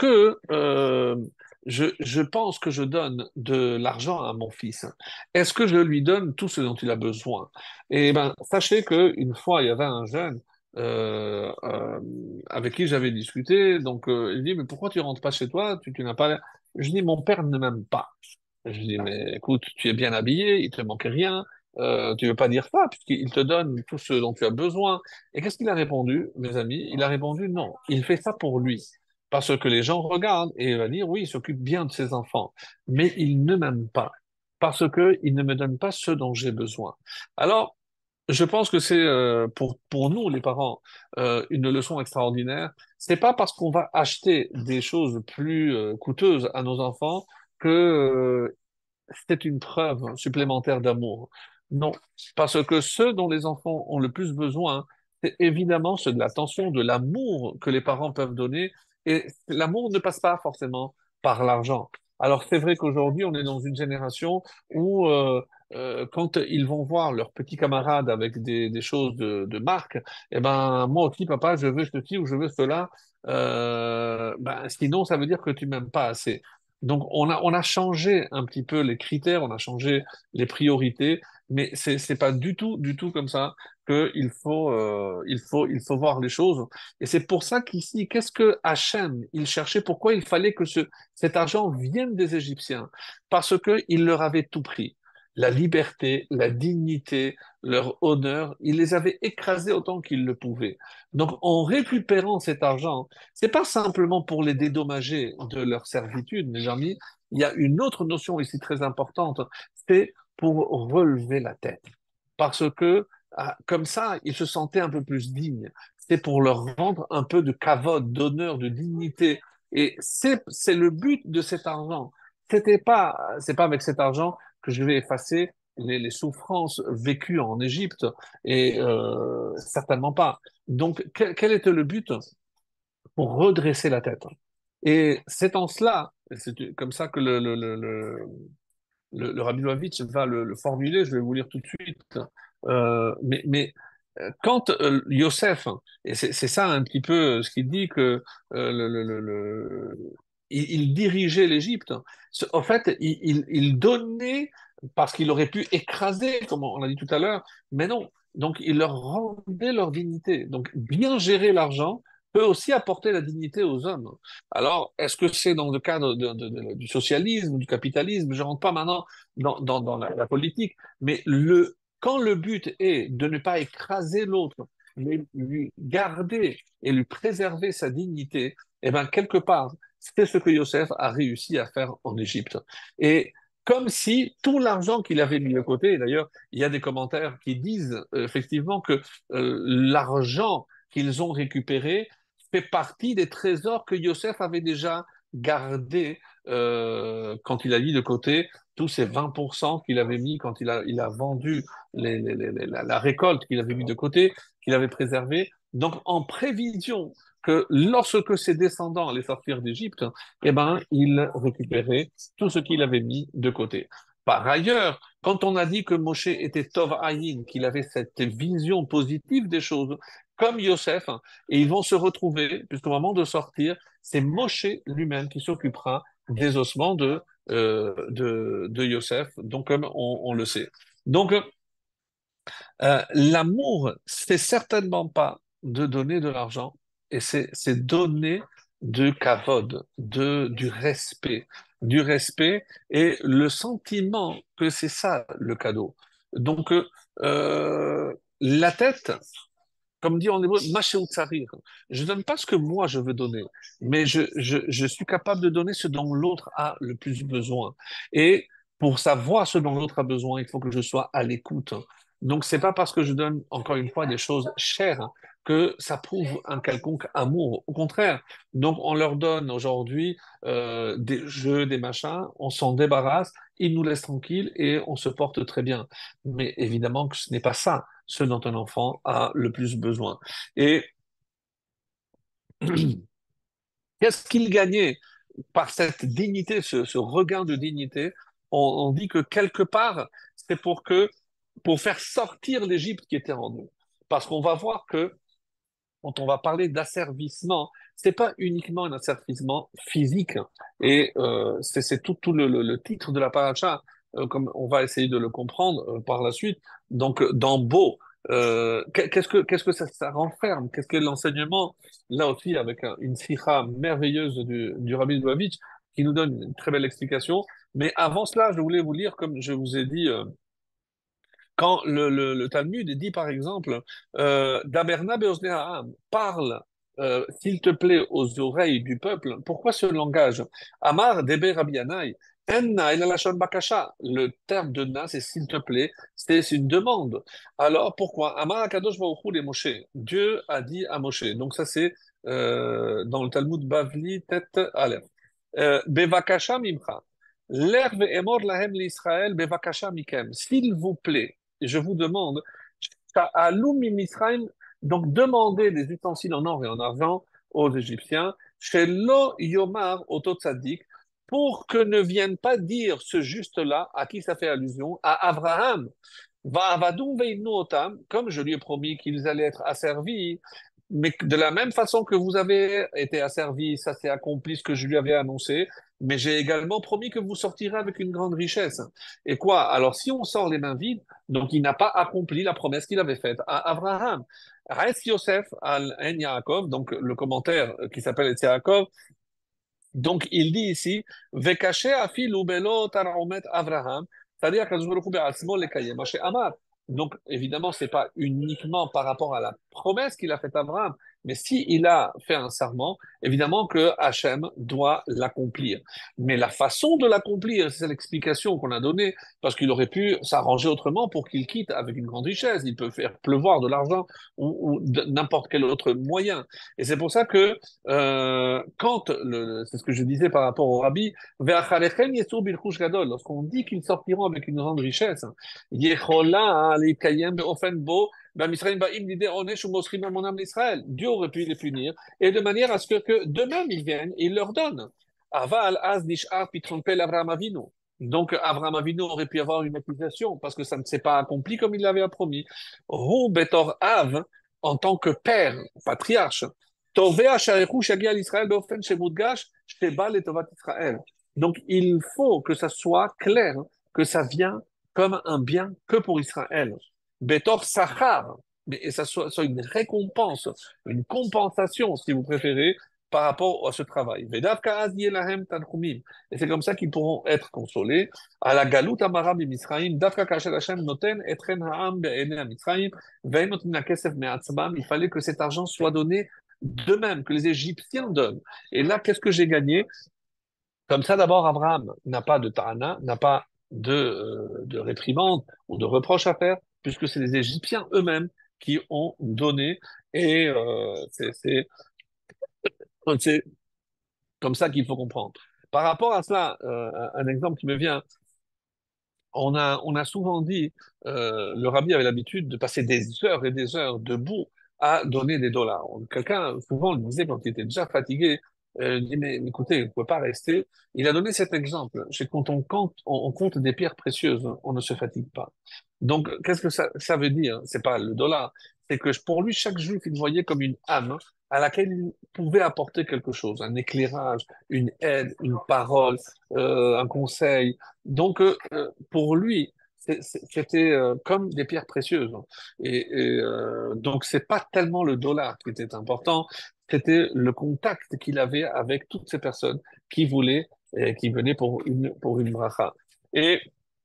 je pense que je donne de l'argent à mon fils, est-ce que je lui donne tout ce dont il a besoin? Eh ben, sachez qu'une fois, il y avait un jeune euh, euh, avec qui j'avais discuté. Donc, il dit, mais pourquoi tu rentres pas chez toi? Tu n'as pas. Je dis, mon père ne m'aime pas. Je dis, mais écoute, tu es bien habillé, il te manque rien. Tu veux pas dire ça, puisqu'il te donne tout ce dont tu as besoin. Et qu'est-ce qu'il a répondu, mes amis? Il a répondu, non, il fait ça pour lui. Parce que les gens regardent et il va dire, oui, il s'occupe bien de ses enfants, mais il ne m'aime pas. Parce que il ne me donne pas ce dont j'ai besoin. Alors, je pense que c'est pour nous, les parents, une leçon extraordinaire. C'est pas parce qu'on va acheter des choses plus coûteuses à nos enfants que c'est une preuve supplémentaire d'amour. Non, parce que ceux dont les enfants ont le plus besoin, c'est évidemment ceux de l'attention, de l'amour que les parents peuvent donner. Et l'amour ne passe pas forcément par l'argent. Alors c'est vrai qu'aujourd'hui, on est dans une génération où quand ils vont voir leurs petits camarades avec des choses de marque, eh ben moi aussi, papa, je veux ceci ou je veux cela. Ben, sinon, ça veut dire que tu m'aimes pas assez. Donc, on a changé un petit peu les critères, on a changé les priorités, mais c'est pas du tout comme ça il faut voir les choses. Et c'est pour ça qu'ici, qu'est-ce que Hachem, il cherchait, pourquoi il fallait que cet argent vienne des Égyptiens? Parce que il leur avait tout pris. La liberté, la dignité, leur honneur, il les avait écrasés autant qu'ils le pouvaient. Donc, en récupérant cet argent, c'est pas simplement pour les dédommager de leur servitude, mes amis. Il y a une autre notion ici très importante, c'est pour relever la tête. Parce que, comme ça, ils se sentaient un peu plus dignes. C'est pour leur rendre un peu de kavod, d'honneur, de dignité. Et c'est le but de cet argent. C'est pas avec cet argent que je vais effacer les souffrances vécues en Égypte. Et certainement pas. Donc, quel était le but? Pour redresser la tête. Et c'est en cela, c'est comme ça que le Rabbi Loavitch va le formuler, je vais vous lire tout de suite. Mais quand Yosef, et c'est ça un petit peu ce qu'il dit que il dirigeait l'Égypte, en fait, il donnait parce qu'il aurait pu écraser, comme on l'a dit tout à l'heure, mais non. Donc, il leur rendait leur dignité. Donc, bien gérer l'argent peut aussi apporter la dignité aux hommes. Alors, est-ce que c'est dans le cadre du socialisme, du capitalisme? Je ne rentre pas maintenant dans la politique, mais quand le but est de ne pas écraser l'autre, mais lui garder et lui préserver sa dignité, eh bien, quelque part, c'est ce que Yosef a réussi à faire en Égypte. Et comme si tout l'argent qu'il avait mis de côté, et d'ailleurs, il y a des commentaires qui disent effectivement que l'argent qu'ils ont récupéré fait partie des trésors que Yosef avait déjà gardés quand il a mis de côté tous ces 20% qu'il avait mis quand il a vendu la récolte qu'il avait mis de côté, qu'il avait préservée. Donc, en prévision que lorsque ses descendants allaient sortir d'Égypte, eh ben, il récupérait tout ce qu'il avait mis de côté. Par ailleurs, quand on a dit que Moshe était Tov Ayin, qu'il avait cette vision positive des choses, comme Yosef, hein, et ils vont se retrouver, puisqu'au moment de sortir, c'est Moshe lui-même qui s'occupera des ossements de Yosef, donc comme on le sait. Donc, l'amour, c'est certainement pas de donner de l'argent, et c'est donner de kavod, du respect et le sentiment que c'est ça le cadeau. Donc, la tête, comme dit en hébreu, Mashéou tsarir. Je ne donne pas ce que moi je veux donner, mais je suis capable de donner ce dont l'autre a le plus besoin. Et pour savoir ce dont l'autre a besoin, il faut que je sois à l'écoute. Donc, c'est pas parce que je donne, encore une fois, des choses chères que ça prouve un quelconque amour. Au contraire, donc on leur donne aujourd'hui des jeux, des machins, on s'en débarrasse, ils nous laissent tranquilles et on se porte très bien. Mais évidemment que ce n'est pas ça ce dont un enfant a le plus besoin. Et qu'est-ce qu'il gagnait par cette dignité, ce regain de dignité? On dit que quelque part, c'est pour faire sortir l'Égypte qui était en nous. Parce qu'on va voir que quand on va parler d'asservissement, c'est pas uniquement un asservissement physique. Et c'est tout le titre de la paracha, comme on va essayer de le comprendre par la suite. Donc, dans Beau, qu'est-ce que ça renferme? Qu'est-ce que l'enseignement, là aussi, avec une sikha merveilleuse du Rabbi Lubavitch, qui nous donne une très belle explication. Mais avant cela, je voulais vous lire, comme je vous ai dit, quand le Talmud dit, par exemple, Daberna Beozne Ha'am, parle, s'il te plaît, aux oreilles du peuple, pourquoi ce langage? Amar Debe Rabbi Yannai, Enna ela lashon bakasha. Le terme de na, c'est s'il te plaît, c'est une demande. Alors pourquoi? Amar Akadosh Baruch Hu le Moshe. Dieu a dit à Moshe. Donc ça, c'est dans le Talmud Bavli, tête Aleph. Bevakasha mimcha. L'herbe emor lahem l'Israël, bevakasha mikem. S'il vous plaît, et je vous demande, Sha'alum Misraim, donc demandez des ustensiles en or et en argent aux Égyptiens, chez Lo Yomar Oto Tzadik, pour que ne vienne pas dire ce juste-là, à qui ça fait allusion, à Abraham. Va avadum veinu otam, comme je lui ai promis qu'ils allaient être asservis, mais de la même façon que vous avez été asservis, ça s'est accompli ce que je lui avais annoncé, mais j'ai également promis que vous sortirez avec une grande richesse. Et quoi? Alors, si on sort les mains vides, donc il n'a pas accompli la promesse qu'il avait faite à Abraham. Res Yosef al En Yaakov, donc le commentaire qui s'appelle Et Yaakov, donc il dit ici, Vekache afilu belo taraomet Abraham, c'est-à-dire qu'Akadosh Baruch Hu be'atzmo lekayem ma she'amar. Donc évidemment, c'est pas uniquement par rapport à la promesse qu'il a faite à Abraham, mais si il a fait un serment, évidemment que Hachem doit l'accomplir. Mais la façon de l'accomplir, c'est l'explication qu'on a donnée, parce qu'il aurait pu s'arranger autrement pour qu'il quitte avec une grande richesse. Il peut faire pleuvoir de l'argent ou n'importe quel autre moyen. Et c'est pour ça que c'est ce que je disais par rapport au rabbi, Ve'achalechem yetzu bilchush gadol, lorsqu'on dit qu'ils sortiront avec une grande richesse, Yechola leikayem be'ofen bo, ba'misraim ba'im lidei onesh u'mosrim amonam l'Israël. Dieu aurait pu les punir, et de manière à ce que d'eux-mêmes ils viennent, et ils leur donnent. Aval az nishar pitrompel Avraham Avinu. Donc Abraham Avinu aurait pu avoir une accusation parce que ça ne s'est pas accompli comme il l'avait promis. Hu betor av, en tant que père, patriarche, Tovea sharechu shagia l'Israël beofen shemudgash sheba letovat Israël. Donc il faut que ça soit clair, que ça vient comme un bien que pour Israël. Betor sachar, et ça soit une récompense, une compensation, si vous préférez, par rapport à ce travail. Vedavka az yelahem tanchumim. Et c'est comme ça qu'ils pourront être consolés. À la galout amara b'Misraïm, davka kasher Hashem noten etren ha'am be'enei Misraïm, ve'en notin hakesef me'atzmam. Il fallait que cet argent soit donné de même que les Égyptiens donnent. Et là, qu'est-ce que j'ai gagné? Comme ça, d'abord, Abraham n'a pas de ta'ana, n'a pas de réprimande ou de reproche à faire, puisque c'est les Égyptiens eux-mêmes qui ont donné. Et c'est comme ça qu'il faut comprendre. Par rapport à cela, un exemple qui me vient, on a souvent dit, le rabbi avait l'habitude de passer des heures et des heures debout à donner des dollars. Quelqu'un, souvent, le disait quand il était déjà fatigué, Il dit, mais écoutez, vous ne pouvez pas rester. Il a donné cet exemple. C'est quand on compte des pierres précieuses, on ne se fatigue pas. Donc, qu'est-ce que ça veut dire? C'est pas le dollar. C'est que pour lui, chaque juif, il voyait comme une âme à laquelle il pouvait apporter quelque chose, un éclairage, une aide, une parole, un conseil. Donc, pour lui, c'était comme des pierres précieuses. Donc, c'est pas tellement le dollar qui était important, c'était le contact qu'il avait avec toutes ces personnes qui voulaient, qui venaient pour une bracha. Et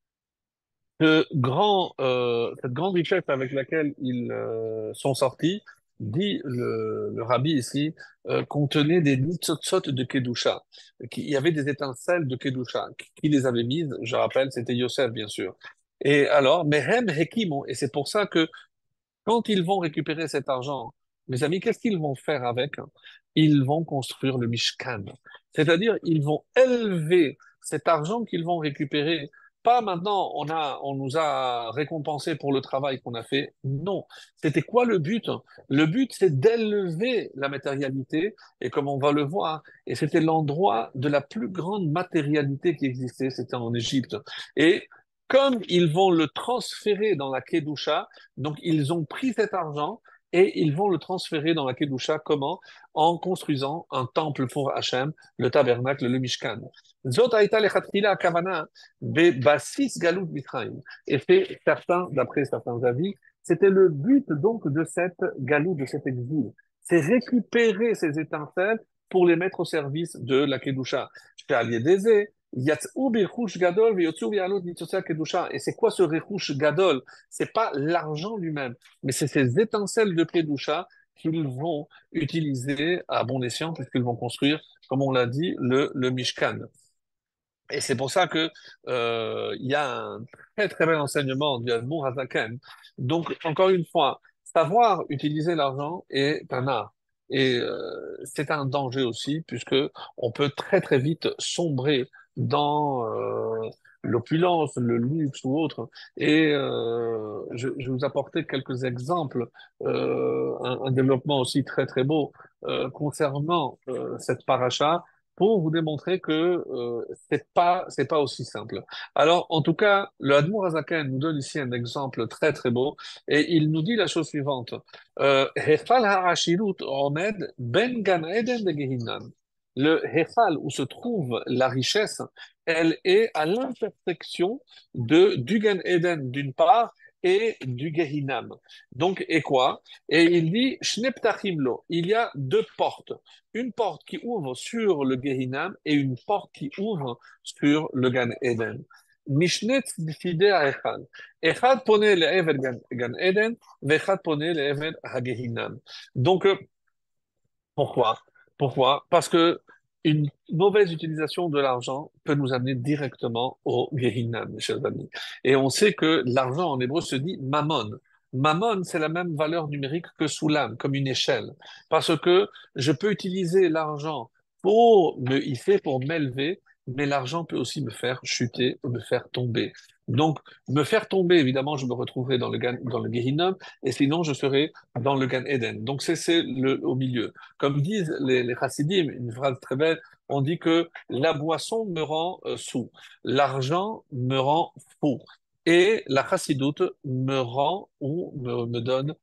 cette grande richesse avec laquelle ils sont sortis, dit le rabbi ici, contenait des nitzotzot de Kedusha. Il y avait des étincelles de Kedusha. Qui les avait mises? Je rappelle, c'était Yosef, bien sûr. Et alors, Mehem Hekimo, et c'est pour ça que quand ils vont récupérer cet argent, mes amis, qu'est-ce qu'ils vont faire avec? Ils vont construire le Mishkan. C'est-à-dire, ils vont élever cet argent qu'ils vont récupérer. Pas maintenant, on nous a récompensé pour le travail qu'on a fait. Non. C'était quoi le but? Le but, c'est d'élever la matérialité. Et comme on va le voir, et c'était l'endroit de la plus grande matérialité qui existait, c'était en Égypte. Et comme ils vont le transférer dans la Kedusha, donc, ils ont pris cet argent et ils vont le transférer dans la Kedusha. Comment? En construisant un temple pour Hachem, le tabernacle, le Mishkan. Zot haïta lechatchila kavana bebasis galut Mitzrayim. Et c'est certain, d'après certains avis, c'était le but donc de cette galoute, de cet exil. C'est récupérer ces étincelles pour les mettre au service de la Kedusha. Yatzou birchush gadol veyotzu v'yalot nitzotza kedusha. Et c'est quoi ce rechush gadol? C'est pas l'argent lui-même, mais c'est ces étincelles de kedusha qu'ils vont utiliser à bon escient puisqu'ils vont construire, comme on l'a dit, le Mishkan. Et c'est pour ça que il y a un très très bel enseignement du Admour Hazaken. Donc encore une fois, savoir utiliser l'argent est un art et c'est un danger aussi puisque on peut très très vite sombrer dans l'opulence, le luxe ou autre. Et je vais vous apporter quelques exemples, un développement aussi très très beau concernant cette paracha pour vous démontrer que c'est pas aussi simple. Alors, en tout cas, le Admour Hazaken nous donne ici un exemple très très beau et il nous dit la chose suivante. Hefal ha'ashirut omed ben Gan Eden de Gehinnom. Le Hefal où se trouve la richesse, elle est à l'intersection du Gan Eden d'une part et du Gehinnom. Donc, et quoi? Et il dit, Shneptachim lo, il y a deux portes, une porte qui ouvre sur le Gehinam et une porte qui ouvre sur le Gan Eden. Mishnet tzidei ha'echad. Echad pone le'ever Gan Eden, ve'echad pone le'ever ha'Gehinam. Donc, pourquoi? Pourquoi? Parce que une mauvaise utilisation de l'argent peut nous amener directement au Gehinam, mes chers amis. Et on sait que l'argent en hébreu se dit mammon. Mammon, c'est la même valeur numérique que soulam, comme une échelle. Parce que je peux utiliser l'argent pour me hisser, pour m'élever, mais l'argent peut aussi me faire chuter, me faire tomber. Donc, me faire tomber, évidemment, je me retrouverai dans le Gehinnom, et sinon, je serai dans le Gan Eden. Donc, c'est au milieu. Comme disent les chassidim, une phrase très belle, on dit que la boisson me rend saoul, l'argent me rend fou, et la chassidoute me rend ou me donne,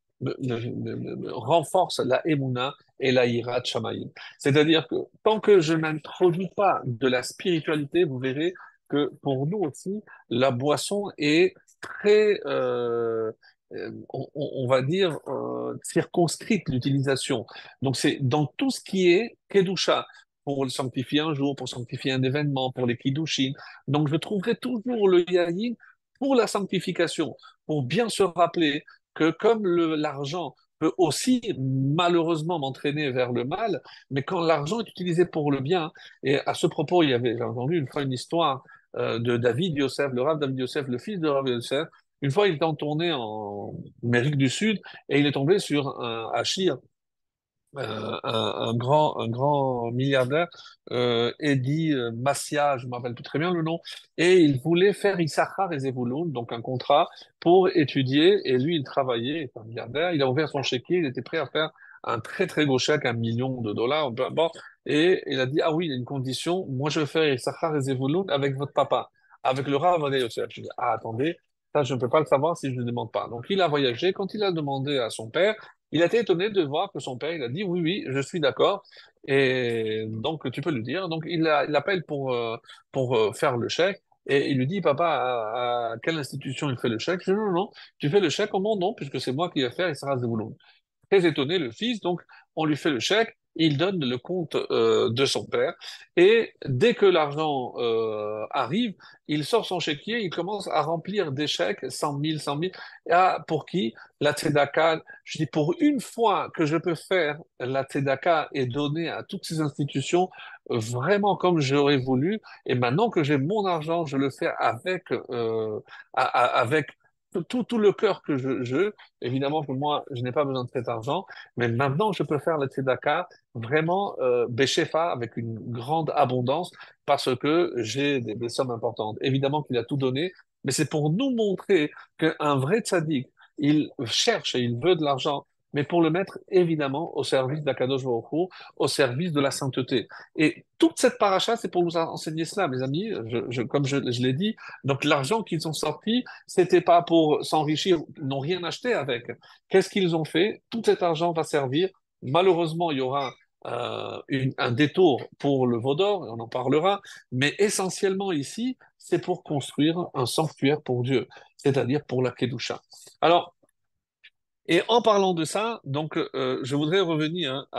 me renforce la émouna et la hirat shamayim. C'est-à-dire que tant que je n'introduis pas de la spiritualité, vous verrez que pour nous aussi, la boisson est très, on va dire, circonscrite l'utilisation. Donc c'est dans tout ce qui est kedusha, pour le sanctifier un jour, pour sanctifier un événement, pour les kiddushin. Donc je trouverai toujours le yayin pour la sanctification, pour bien se rappeler que comme l'argent peut aussi malheureusement m'entraîner vers le mal, mais quand l'argent est utilisé pour le bien, et à ce propos, j'ai entendu une fois une histoire de David Yosef, le Rav David Yosef, le fils de Rav Yosef. Une fois, il était en tournée en Amérique du Sud et il est tombé sur un hachir, un grand milliardaire, Eddie Massia, je ne me rappelle plus très bien le nom, et il voulait faire Issachar et Zevulun, donc un contrat pour étudier, et lui, il travaillait, il était un milliardaire, il a ouvert son chéquier, il était prêt à faire un très très gros chèque, 1 million de dollars, peu importe. Et il a dit, ah oui, il y a une condition, moi je veux faire Issachar et Zevulun avec votre papa, avec le Rav Ovadia Yosef. Je dis, ah attendez, ça je ne peux pas le savoir si je ne demande pas. Donc il a voyagé, quand il a demandé à son père, il a été étonné de voir que son père, il a dit, oui, oui, je suis d'accord. Et donc tu peux le dire. Donc il appelle pour faire le chèque. Et il lui dit, papa, à quelle institution il fait le chèque? Je dis, non, non, non, tu fais le chèque en mon nom, puisque c'est moi qui vais faire Issachar Zevulun. Très étonné, le fils, donc on lui fait le chèque, il donne le compte de son père, et dès que l'argent arrive, il sort son chéquier, il commence à remplir des chèques, 100 000, 100 000. Ah, pour qui? La tzedaka. Je dis, pour une fois que je peux faire la tzedaka et donner à toutes ces institutions vraiment comme j'aurais voulu, et maintenant que j'ai mon argent, je le fais avec tout le cœur que je. Évidemment que moi, je n'ai pas besoin de cet argent, mais maintenant, je peux faire la tzedaka vraiment béchefa avec une grande abondance parce que j'ai des sommes importantes. Évidemment qu'il a tout donné, mais c'est pour nous montrer qu'un vrai tzaddik, il cherche et il veut de l'argent, mais pour le mettre évidemment au service d'Akadosh Baruch Hu, au service de la sainteté. Et toute cette paracha, c'est pour nous enseigner cela, mes amis. Comme je l'ai dit, donc l'argent qu'ils ont sorti, c'était pas pour s'enrichir, ils n'ont rien acheté avec. Qu'est-ce qu'ils ont fait? Tout cet argent va servir. Malheureusement, il y aura un détour pour le Vaudor, et on en parlera, mais essentiellement ici, c'est pour construire un sanctuaire pour Dieu, c'est-à-dire pour la Kedusha. Alors, et en parlant de ça, donc, je voudrais revenir hein,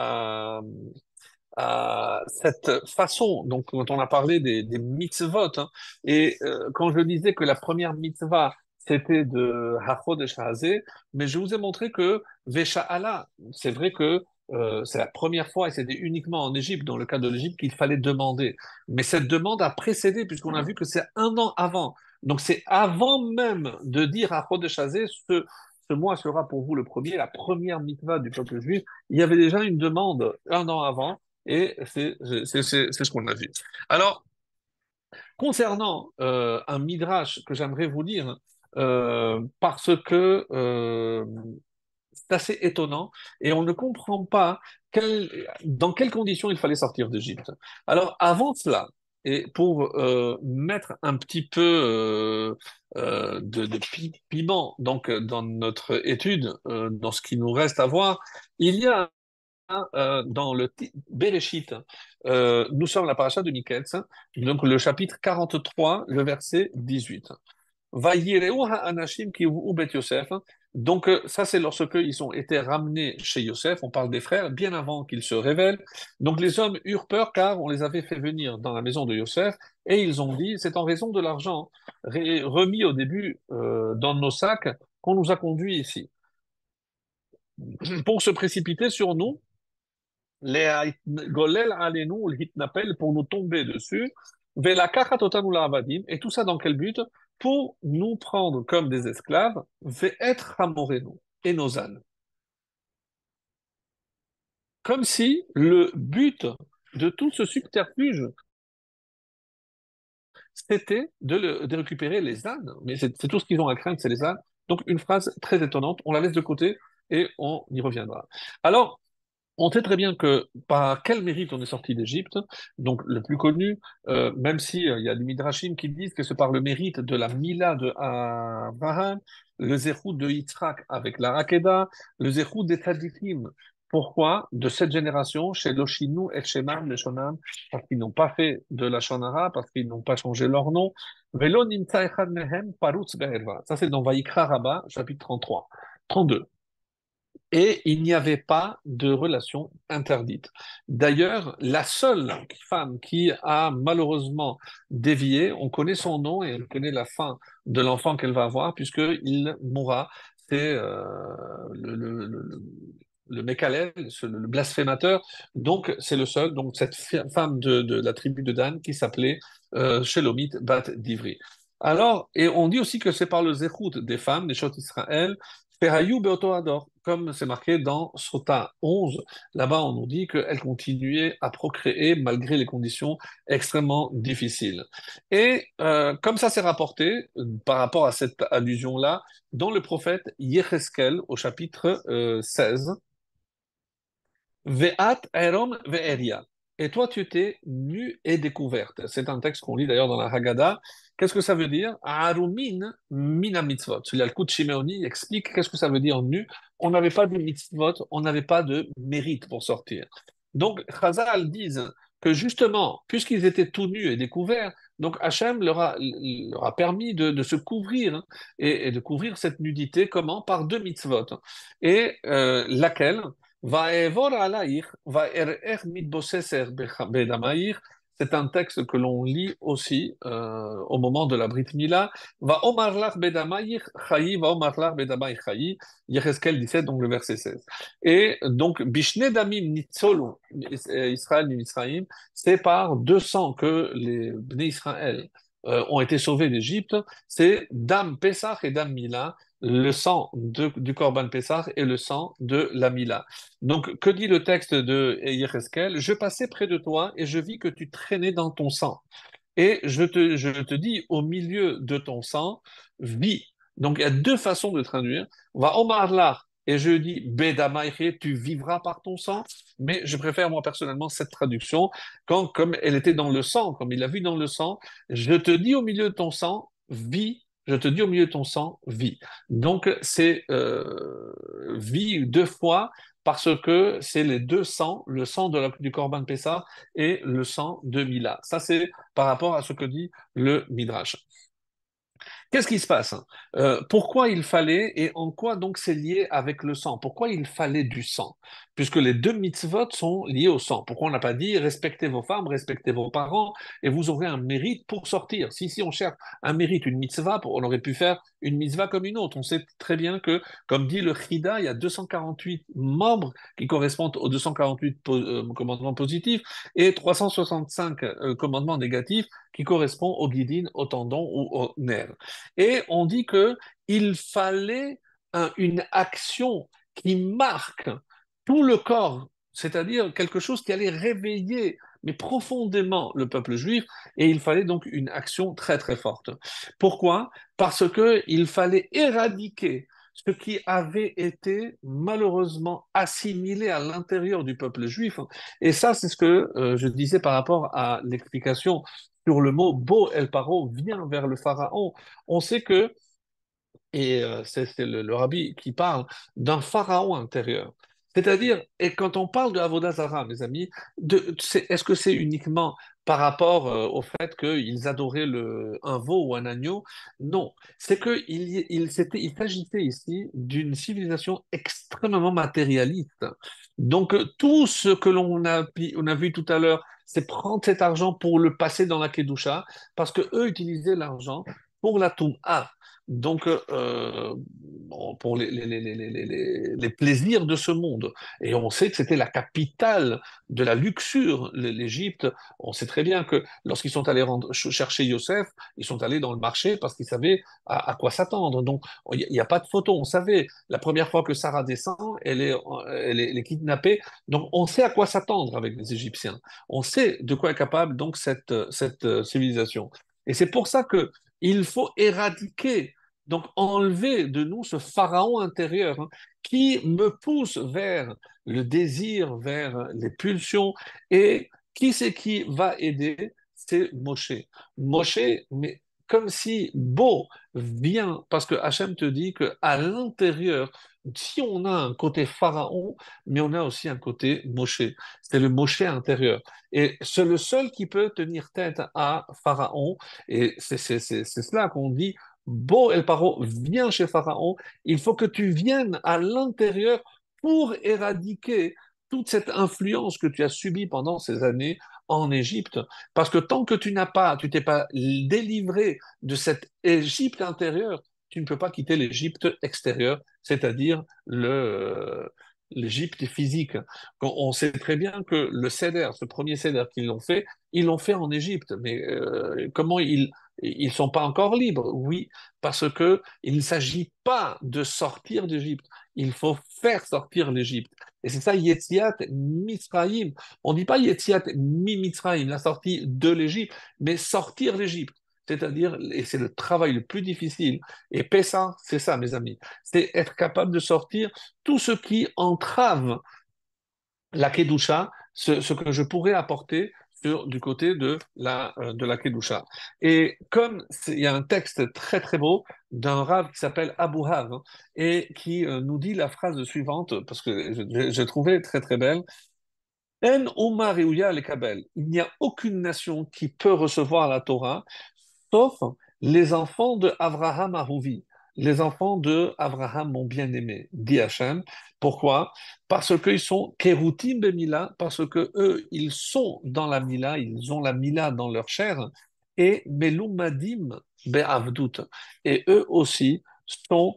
à cette façon, donc quand on a parlé des mitzvot, hein, et quand je disais que la première mitzvah, c'était de Hachodesh Hazeh, mais je vous ai montré que Vesha'ala, c'est vrai que c'est la première fois, et c'était uniquement en Égypte, dans le cas de l'Égypte, qu'il fallait demander. Mais cette demande a précédé, puisqu'on a vu que c'est un an avant. Donc c'est avant même de dire Hachodesh Hazeh, ce mois sera pour vous le premier, la première mitzvah du peuple juif. Il y avait déjà une demande un an avant, et c'est ce qu'on a vu. Alors, concernant un midrash que j'aimerais vous lire, parce que c'est assez étonnant et on ne comprend pas dans quelles conditions il fallait sortir d'Égypte. Alors, avant cela, et pour mettre un petit peu de piment donc, dans notre étude, dans ce qui nous reste à voir, il y a dans le Bereshit, nous sommes à la paracha de Miketz, donc le chapitre 43, le verset 18. Vayireu ha'anashim ki hu bet Yosef. Donc, ça, c'est lorsque ils ont été ramenés chez Yosef. On parle des frères, bien avant qu'ils se révèlent. Donc, les hommes eurent peur car on les avait fait venir dans la maison de Yosef et ils ont dit, c'est en raison de l'argent remis au début dans nos sacs qu'on nous a conduits ici. Pour se précipiter sur nous, les golel alenu l'hitnapel pour nous tomber dessus, velakachat otanu la'avadim, et tout ça dans quel but? Pour nous prendre comme des esclaves, ve'être hamorenu, et nos ânes. Comme si le but de tout ce subterfuge, c'était de récupérer les ânes. Mais c'est tout ce qu'ils ont à craindre, c'est les ânes. Donc une phrase très étonnante, on la laisse de côté et on y reviendra. Alors, on sait très bien que par quel mérite on est sorti d'Égypte. Donc le plus connu, même si il y a des midrashim qui disent que c'est par le mérite de la Mila de Abraham, le zéroud de Yitzhak avec la Hakeda, le zéroud des Tzadikim. Pourquoi? De cette génération, chez Loshinu et Shemam, les Shonam, parce qu'ils n'ont pas fait de la Shonara, parce qu'ils n'ont pas changé leur nom. Velo nimtza echad mehem parutz be'erva. Ça, c'est dans Vaïkra Rabba, chapitre 33. 32. Et il n'y avait pas de relation interdite. D'ailleurs, la seule femme qui a malheureusement dévié, on connaît son nom et on connaît la fin de l'enfant qu'elle va avoir, puisqu'il mourra. C'est le Mékalel, le blasphémateur. Donc, c'est le seul. Donc, cette femme de la tribu de Dan qui s'appelait Shelomit Bat Divri. Alors, et on dit aussi que c'est par le zéchout des femmes, des Shot Israël, Ferayou Beoto Ador, comme c'est marqué dans Sota 11, là-bas on nous dit qu'elle continuait à procréer malgré les conditions extrêmement difficiles. Et comme ça c'est rapporté par rapport à cette allusion-là, dans le prophète Yecheskel au chapitre 16, Ve'at erom ve'eria. Et toi, tu étais nue et découverte. C'est un texte qu'on lit d'ailleurs dans la Haggadah. Qu'est-ce que ça veut dire? Arumin mina mitzvot. Le Yalkut Shimeoni explique qu'est-ce que ça veut dire nu. On n'avait pas de mitzvot, on n'avait pas de mérite pour sortir. Donc, Chazal disent que justement, puisqu'ils étaient tout nus et découverts, donc Hachem leur a permis de se couvrir hein, et de couvrir cette nudité, comment? Par deux mitzvot. Et laquelle? Vaevor alaïr, vaerer mitboseser bedamaïr. C'est un texte que l'on lit aussi au moment de la Brit Mila. Va omar lach bedamaïr chayi, va omar lach bedamaïr chayi. Yecheskel 17, donc le verset 16. Et donc, Bishne damim nitzolu Israël Mitzrayim, c'est par 200 que les Bnei Israël ont été sauvés d'Égypte. C'est Dam Pesach et Dam Mila, le sang du Corban Pessah et le sang de la Mila. Donc, que dit le texte de Yecheskel? Je passais près de toi et je vis que tu traînais dans ton sang. Et je te dis, au milieu de ton sang, vis. Donc, il y a deux façons de traduire. Va Omar là, et je dis, Bedamaïche, tu vivras par ton sang. Mais je préfère, moi, personnellement, cette traduction, comme elle était dans le sang, comme il l'a vu dans le sang, je te dis au milieu de ton sang, vis. Je te dis au milieu de ton sang, vis. Donc, c'est vis deux fois parce que c'est les deux sangs, le sang du Corban Pessah et le sang de Mila. Ça, c'est par rapport à ce que dit le Midrash. Qu'est-ce qui se passe? Pourquoi il fallait et en quoi donc c'est lié avec le sang? Pourquoi il fallait du sang? Puisque les deux mitzvot sont liés au sang. Pourquoi on n'a pas dit respectez vos femmes, respectez vos parents et vous aurez un mérite pour sortir? Si on cherche un mérite, une mitzvah, on aurait pu faire une mitzvah comme une autre. On sait très bien que, comme dit le Chida, il y a 248 membres qui correspondent aux 248 commandements positifs et 365 commandements négatifs qui correspondent au guidin, au tendon ou au nerf. Et on dit que il fallait une action qui marque tout le corps, c'est-à-dire quelque chose qui allait réveiller mais profondément le peuple juif, et il fallait donc une action très très forte. Pourquoi? Parce que il fallait éradiquer ce qui avait été malheureusement assimilé à l'intérieur du peuple juif. Et ça, c'est ce que je disais par rapport à l'explication sur le mot Bo El Paro, vient vers le pharaon. On sait que, et c'est le rabbi qui parle d'un pharaon intérieur. C'est-à-dire, et quand on parle de Avodah Zarah, mes amis, est-ce que c'est uniquement par rapport au fait qu'ils adoraient un veau ou un agneau? Non, c'est qu'il s'agissait ici d'une civilisation extrêmement matérialiste. Donc, tout ce que on a vu tout à l'heure, c'est prendre cet argent pour le passer dans la Kedusha, parce que eux utilisaient l'argent pour la Toum'a. Donc, bon, pour les plaisirs de ce monde. Et on sait que c'était la capitale de la luxure, l'Égypte. On sait très bien que lorsqu'ils sont allés chercher Yosef, ils sont allés dans le marché parce qu'ils savaient à quoi s'attendre. Donc, il n'y a pas de photo. On savait, la première fois que Sarah descend, elle est kidnappée. Donc, on sait à quoi s'attendre avec les Égyptiens. On sait de quoi est capable donc cette civilisation. Et c'est pour ça que il faut éradiquer donc, enlever de nous ce pharaon intérieur hein, qui me pousse vers le désir, vers les pulsions. Et qui c'est qui va aider? C'est Moshe. Moshe, mais comme si beau vient, parce que Hachem te dit qu'à l'intérieur, si on a un côté pharaon, mais on a aussi un côté Moshe. C'est le Moshe intérieur. Et c'est le seul qui peut tenir tête à Pharaon. Et c'est cela qu'on dit Beau El Paro, viens chez Pharaon, il faut que tu viennes à l'intérieur pour éradiquer toute cette influence que tu as subie pendant ces années en Égypte. Parce que tant que tu t'es pas délivré de cette Égypte intérieure, tu ne peux pas quitter l'Égypte extérieure, c'est-à-dire l'Égypte physique. On sait très bien que le Seder, ce premier Seder ils l'ont fait en Égypte. Mais comment ils sont pas encore libres? Oui, parce que il ne s'agit pas de sortir d'Égypte. Il faut faire sortir l'Égypte. Et c'est ça, Yetziat Mitzrayim. On ne dit pas Yetziat Mi Mitzrayim, la sortie de l'Égypte, mais sortir l'Égypte. C'est-à-dire, et c'est le travail le plus difficile. Et Pessah, c'est ça, mes amis. C'est être capable de sortir tout ce qui entrave la Kedusha, ce que je pourrais apporter du côté de la Kedusha. Et comme il y a un texte très très beau d'un rav qui s'appelle Abu Hav, hein, et qui nous dit la phrase suivante, parce que je trouvais très très belle. En Umar le Kabel. Il n'y a aucune nation qui peut recevoir la Torah, sauf les enfants de Abraham Arouvi, les enfants de Abraham mon bien-aimé, dit Hachem. Pourquoi? Parce qu'ils sont Kerutim Bemila, parce que eux, ils sont dans la Mila, ils ont la Mila dans leur chair, et Melumadim Be'avdut. Et eux aussi sont,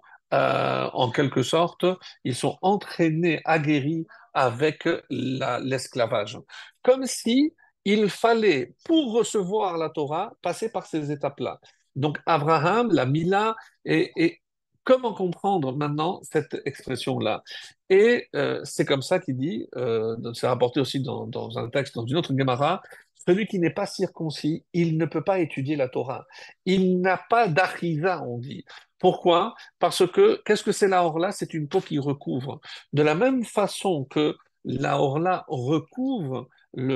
en quelque sorte, ils sont entraînés, aguerris avec l'esclavage. Comme si il fallait, pour recevoir la Torah, passer par ces étapes-là. Donc, Abraham, la Mila, et comment comprendre maintenant cette expression-là? Et c'est comme ça qu'il dit, c'est rapporté aussi dans un texte, dans une autre Gemara, celui qui n'est pas circoncis, il ne peut pas étudier la Torah. Il n'a pas d'achisa, on dit. Pourquoi? Parce que, qu'est-ce que c'est la orla? C'est une peau qui recouvre. De la même façon que la orla recouvre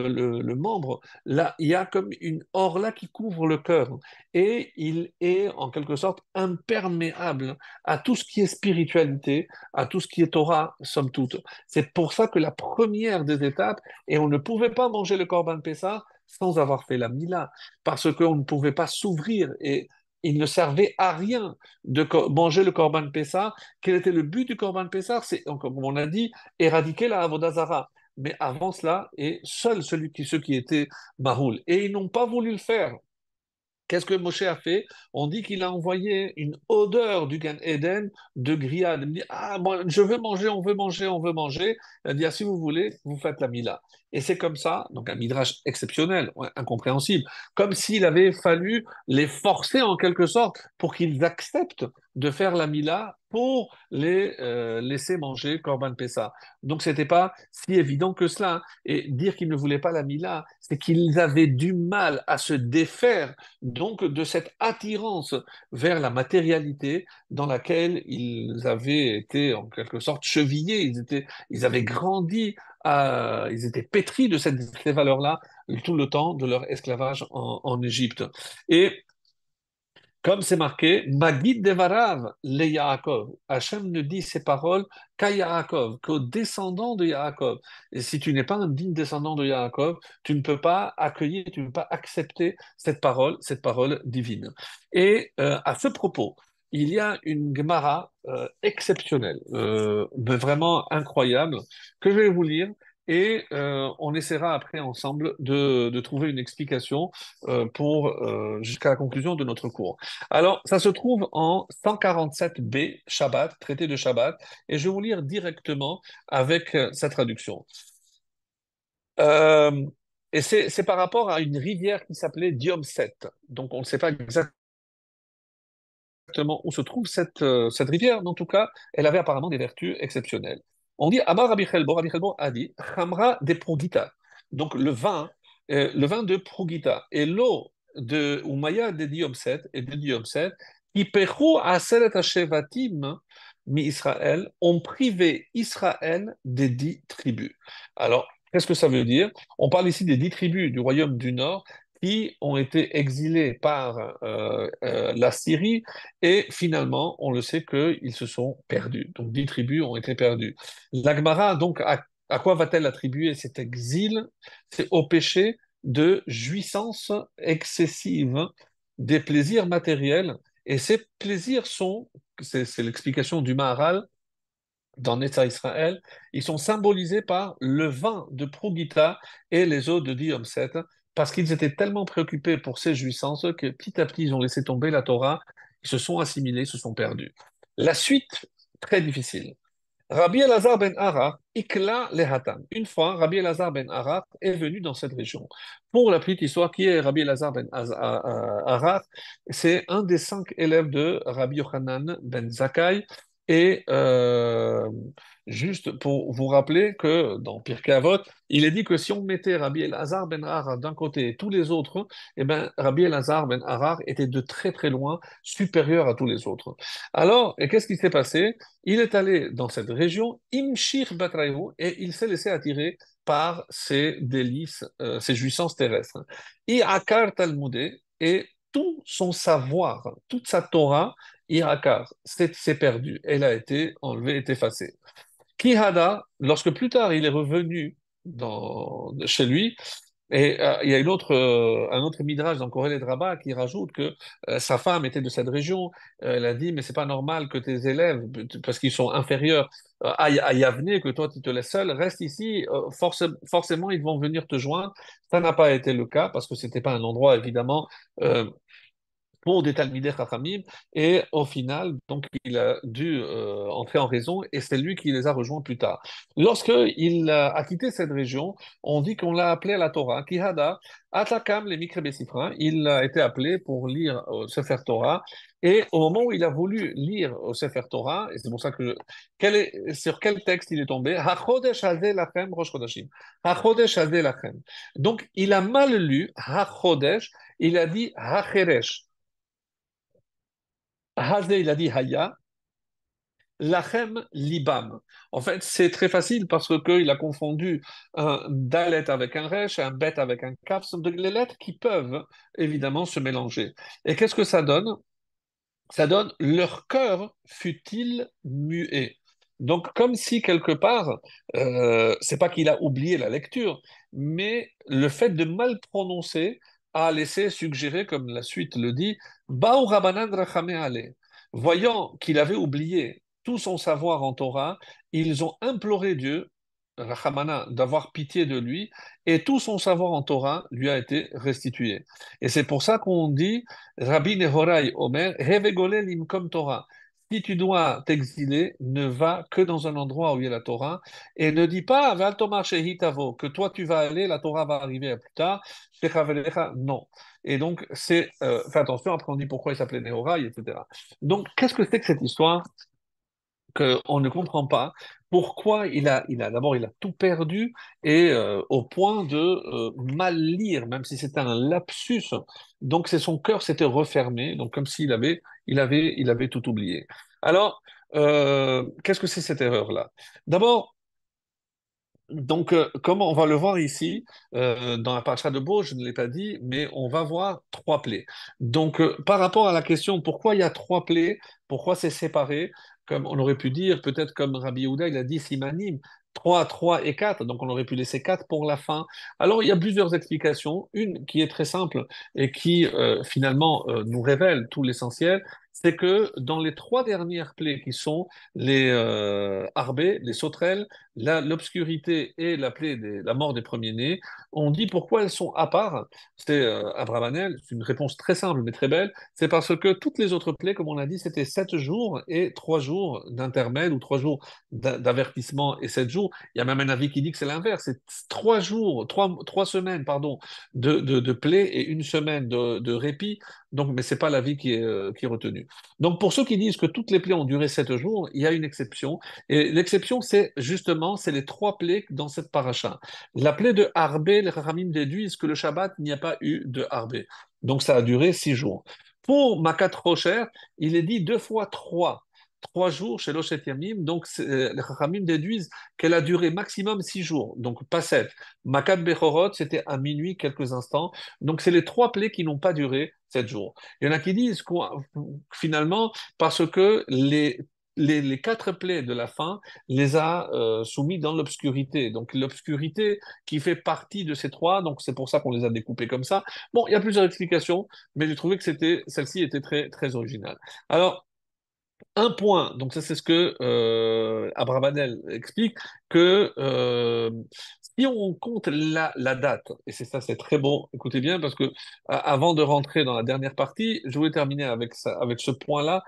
le membre, là, il y a comme une orla qui couvre le cœur et il est en quelque sorte imperméable à tout ce qui est spiritualité, à tout ce qui est Torah, somme toute. C'est pour ça que la première des étapes, et on ne pouvait pas manger le Corban Pessah sans avoir fait la Mila, parce qu'on ne pouvait pas s'ouvrir et il ne servait à rien de manger le Corban Pessah. Quel était le but du Corban Pessah? C'est, comme on a dit, éradiquer la Avodazara. Mais avant cela, et seul ceux qui étaient Mahoul. Et ils n'ont pas voulu le faire. Qu'est-ce que Moshe a fait? On dit qu'il a envoyé une odeur du Gan Eden de grillade. Il me dit, ah, moi, je veux manger, on veut manger, on veut manger. Il a dit, ah, si vous voulez, vous faites la Mila. Et c'est comme ça, donc un midrash exceptionnel, ouais, incompréhensible, comme s'il avait fallu les forcer en quelque sorte pour qu'ils acceptent de faire la Mila pour les laisser manger Corban Pessah. Donc c'était pas si évident que cela, hein. Et dire qu'ils ne voulaient pas la Mila, c'est qu'ils avaient du mal à se défaire donc de cette attirance vers la matérialité dans laquelle ils avaient été en quelque sorte chevillés, ils avaient grandi, ils étaient pétris de ces valeurs-là tout le temps de leur esclavage en Égypte. Et comme c'est marqué, Magid Devarav le Yaakov. Hachem ne dit ces paroles qu'à Yaakov, qu'aux descendants de Yaakov. Et si tu n'es pas un digne descendant de Yaakov, tu ne peux pas accueillir, tu ne peux pas accepter cette parole divine. Et à ce propos, il y a une Gemara exceptionnelle, mais vraiment incroyable, que je vais vous lire. Et on essaiera après ensemble de trouver une explication pour jusqu'à la conclusion de notre cours. Alors, ça se trouve en 147b, Shabbat, traité de Shabbat, et je vais vous lire directement avec sa traduction. Euh, et c'est par rapport à une rivière qui s'appelait Diomset. Donc, on ne sait pas exactement où se trouve cette rivière, mais en tout cas, elle avait apparemment des vertus exceptionnelles. On dit, Amar Rabbi Chelbo a dit, Chamra de Progita, donc le vin de Progita, et l'eau de Umaya de Diomset, et de Diomset, qui pechu aselet hashevatim mi Israël, ont privé Israël des 10 tribus. Alors, qu'est-ce que ça veut dire? On parle ici des 10 tribus du royaume du Nord qui ont été exilées par la Syrie et finalement, on le sait qu'ils se sont perdus. Donc, 10 tribus ont été perdues. L'Agmara, donc, à quoi va-t-elle attribuer cet exil? C'est au péché de jouissance excessive des plaisirs matériels. Et ces plaisirs sont, c'est l'explication du Maharal dans Netza Israël, ils sont symbolisés par le vin de Prugita et les eaux de Diomset, parce qu'ils étaient tellement préoccupés pour ces jouissances que petit à petit, ils ont laissé tomber la Torah, ils se sont assimilés, se sont perdus. La suite, très difficile. Rabbi Elazar ben Arar, Ikla Lehatam. Une fois, Rabbi Elazar ben Arar est venu dans cette région. Pour la petite histoire, qui est Rabbi Elazar ben Arar? C'est un des 5 élèves de Rabbi Yochanan ben Zakkai. Et juste pour vous rappeler que dans Pirkei Avot, il est dit que si on mettait Rabbi Elazar ben Harar d'un côté et tous les autres, eh ben, Rabbi Elazar ben Harar était de très très loin supérieur à tous les autres. Alors, et qu'est-ce qui s'est passé? Il est allé dans cette région, Imshir Batraïou, et il s'est laissé attirer par ses délices, ses jouissances terrestres. Irakar Talmudé, et tout son savoir, toute sa Torah, Irakar, c'est perdu. Elle a été enlevée, est effacée. Kihada, lorsque plus tard il est revenu chez lui, et il y a un autre midrash dans Kohelet Rabbah qui rajoute que sa femme était de cette région. Elle a dit, mais c'est pas normal que tes élèves, parce qu'ils sont inférieurs à Yavne, que toi tu te laisses seul, reste ici. Forcément, ils vont venir te joindre. Ça n'a pas été le cas parce que c'était pas un endroit évidemment euh, pour des Talmidei Chachamim, et au final, donc, il a dû entrer en raison, et c'est lui qui les a rejoints plus tard. Lorsqu'il a quitté cette région, on dit qu'on l'a appelé à la Torah, Kihada, Atakam les Mikre Bessifra, il a été appelé pour lire au Sefer Torah, et au moment où il a voulu lire au Sefer Torah, et c'est pour ça que, sur quel texte il est tombé? HaChodesh Hazeh Lachem Rosh Chodashim. HaChodesh Hazeh Lachem. Donc, il a mal lu HaChodesh, il a dit HaCheresh. Hazé, il a dit Haya, Lachem Libam. En fait, c'est très facile parce que il a confondu un Dalet avec un Resh, un Bet avec un Kaf. Ce sont les lettres qui peuvent évidemment se mélanger. Et qu'est-ce que ça donne? Ça donne leur cœur fut-il muet. Donc, comme si quelque part, c'est pas qu'il a oublié la lecture, mais le fait de mal prononcer a laissé suggérer, comme la suite le dit, Baou Rabbanan Rachamé Ale. Voyant qu'il avait oublié tout son savoir en Torah, ils ont imploré Dieu, Rachamana, d'avoir pitié de lui, et tout son savoir en Torah lui a été restitué. Et c'est pour ça qu'on dit Rabbi Nehorai Omer, Revegolel imkom Torah. Si tu dois t'exiler, ne va que dans un endroit où il y a la Torah et ne dis pas Val Tomar Shehi Tavo, que toi tu vas aller, la Torah va arriver plus tard. Shechavelecha, non. Et donc, fais attention, après on dit pourquoi il s'appelait Nehorai, etc. Donc, qu'est-ce que c'est que cette histoire? Qu'on ne comprend pas pourquoi d'abord il a tout perdu et au point de mal lire, même si c'était un lapsus. Donc c'est son cœur s'était refermé, donc comme s'il il avait tout oublié. Alors qu'est-ce que c'est cette erreur-là? D'abord, donc, comme on va le voir ici, dans la paracha de Bo, je ne l'ai pas dit, mais on va voir trois plaies. Donc, par rapport à la question pourquoi il y a trois plaies, pourquoi c'est séparé, comme on aurait pu dire, peut-être comme Rabbi Yehuda, il a dit simanim, 3, 3 et 4, donc on aurait pu laisser 4 pour la fin. Alors, il y a plusieurs explications. Une qui est très simple et qui, finalement, nous révèle tout l'essentiel, c'est que dans les trois dernières plaies qui sont les arbées, les sauterelles, l'obscurité et la mort des premiers-nés, on dit pourquoi elles sont à part. C'est Abravanel, c'est une réponse très simple mais très belle. C'est parce que toutes les autres plaies, comme on l'a dit, c'était 7 jours et 3 jours d'intermède ou 3 jours d'avertissement et 7 jours. Il y a même un avis qui dit que c'est l'inverse. C'est 3 jours, 3 semaines, pardon, de plaies et une semaine de répit. Donc, mais c'est pas l'avis qui est retenu. Donc, pour ceux qui disent que toutes les plaies ont duré 7 jours, il y a une exception. Et l'exception, c'est justement, c'est les trois plaies dans cette paracha. La plaie de Harbé, les Rachamim déduisent que le Shabbat, il n'y a pas eu de Harbé. Donc ça a duré 6 jours. Pour Makat Rocher, il est dit 2 fois 3. 3 jours chez l'Oshet Yamim, donc les Rachamim déduisent qu'elle a duré maximum 6 jours, donc pas 7. Makat Bechorot, c'était à minuit quelques instants, donc c'est les trois plaies qui n'ont pas duré 7 jours. Il y en a qui disent finalement, parce que les 4 plaies de la fin les a soumis dans l'obscurité. Donc l'obscurité qui fait partie de ces trois, donc c'est pour ça qu'on les a découpés comme ça. Bon, il y a plusieurs explications, mais j'ai trouvé que celle-ci était très, très originale. Alors, un point, donc ça c'est ce que Abravanel explique, que si on compte la date, et c'est ça, c'est très bon, écoutez bien, parce que avant de rentrer dans la dernière partie, je voulais terminer avec ça, avec ce point-là.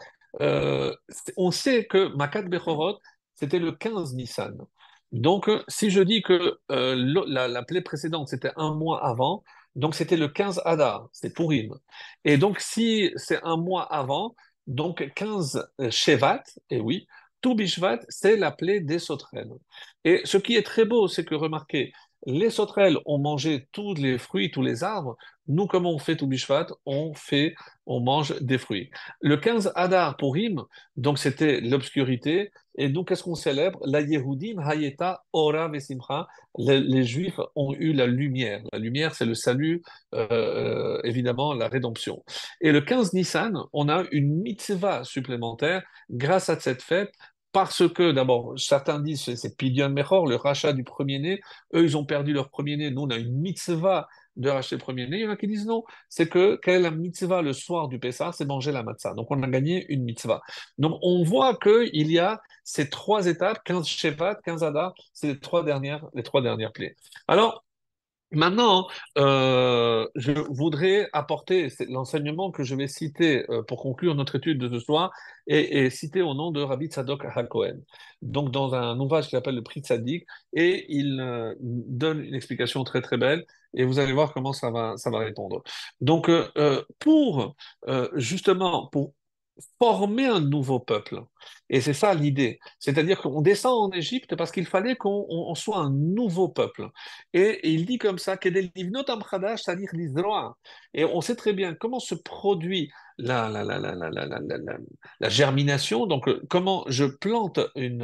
On sait que Makat Bechorot, c'était le 15 Nissan. Donc, si je dis que la plaie précédente, c'était un mois avant, donc c'était le 15 Adar, c'est Purim. Et donc, si c'est un mois avant, donc 15 Shevat, et oui, Tout Bishvat, c'est la plaie des sauterelles. Et ce qui est très beau, c'est que remarquez, les sauterelles ont mangé tous les fruits, tous les arbres. Nous, comment on fait tout Bishvat? On mange des fruits. Le 15 Adar pour Purim, donc c'était l'obscurité. Et donc, qu'est-ce qu'on célèbre? La Yehudim Hayeta Ora Vesimcha. Les Juifs ont eu la lumière. La lumière, c'est le salut, évidemment, la rédemption. Et le 15 Nissan, on a une mitzvah supplémentaire grâce à cette fête. Parce que, d'abord, certains disent que c'est Pidyon Mechor, le rachat du premier-né. Eux, ils ont perdu leur premier-né. Nous, on a une mitzvah de racheter le premier-né. Il y en a qui disent non, c'est que quelle est la mitzvah le soir du Pessah, c'est manger la matzah. Donc, on a gagné une mitzvah. Donc, on voit qu'il y a ces trois étapes, 15 Shevat, 15 Adar, c'est les trois dernières plaies. Alors, maintenant, je voudrais apporter l'enseignement que je vais citer pour conclure notre étude de ce soir et citer au nom de Rabbi Tzadok HaKohen. Donc, dans un ouvrage qui s'appelle le Prix Tzadik, et il donne une explication très très belle et vous allez voir comment ça va répondre. Donc, justement, pour former un nouveau peuple. Et c'est ça l'idée. C'est-à-dire qu'on descend en Égypte parce qu'il fallait qu'on soit un nouveau peuple. Et il dit comme ça, Kedel livnot am chadash, c'est-à-dire l'Israël. Et on sait très bien comment se produit la germination. Donc, comment je plante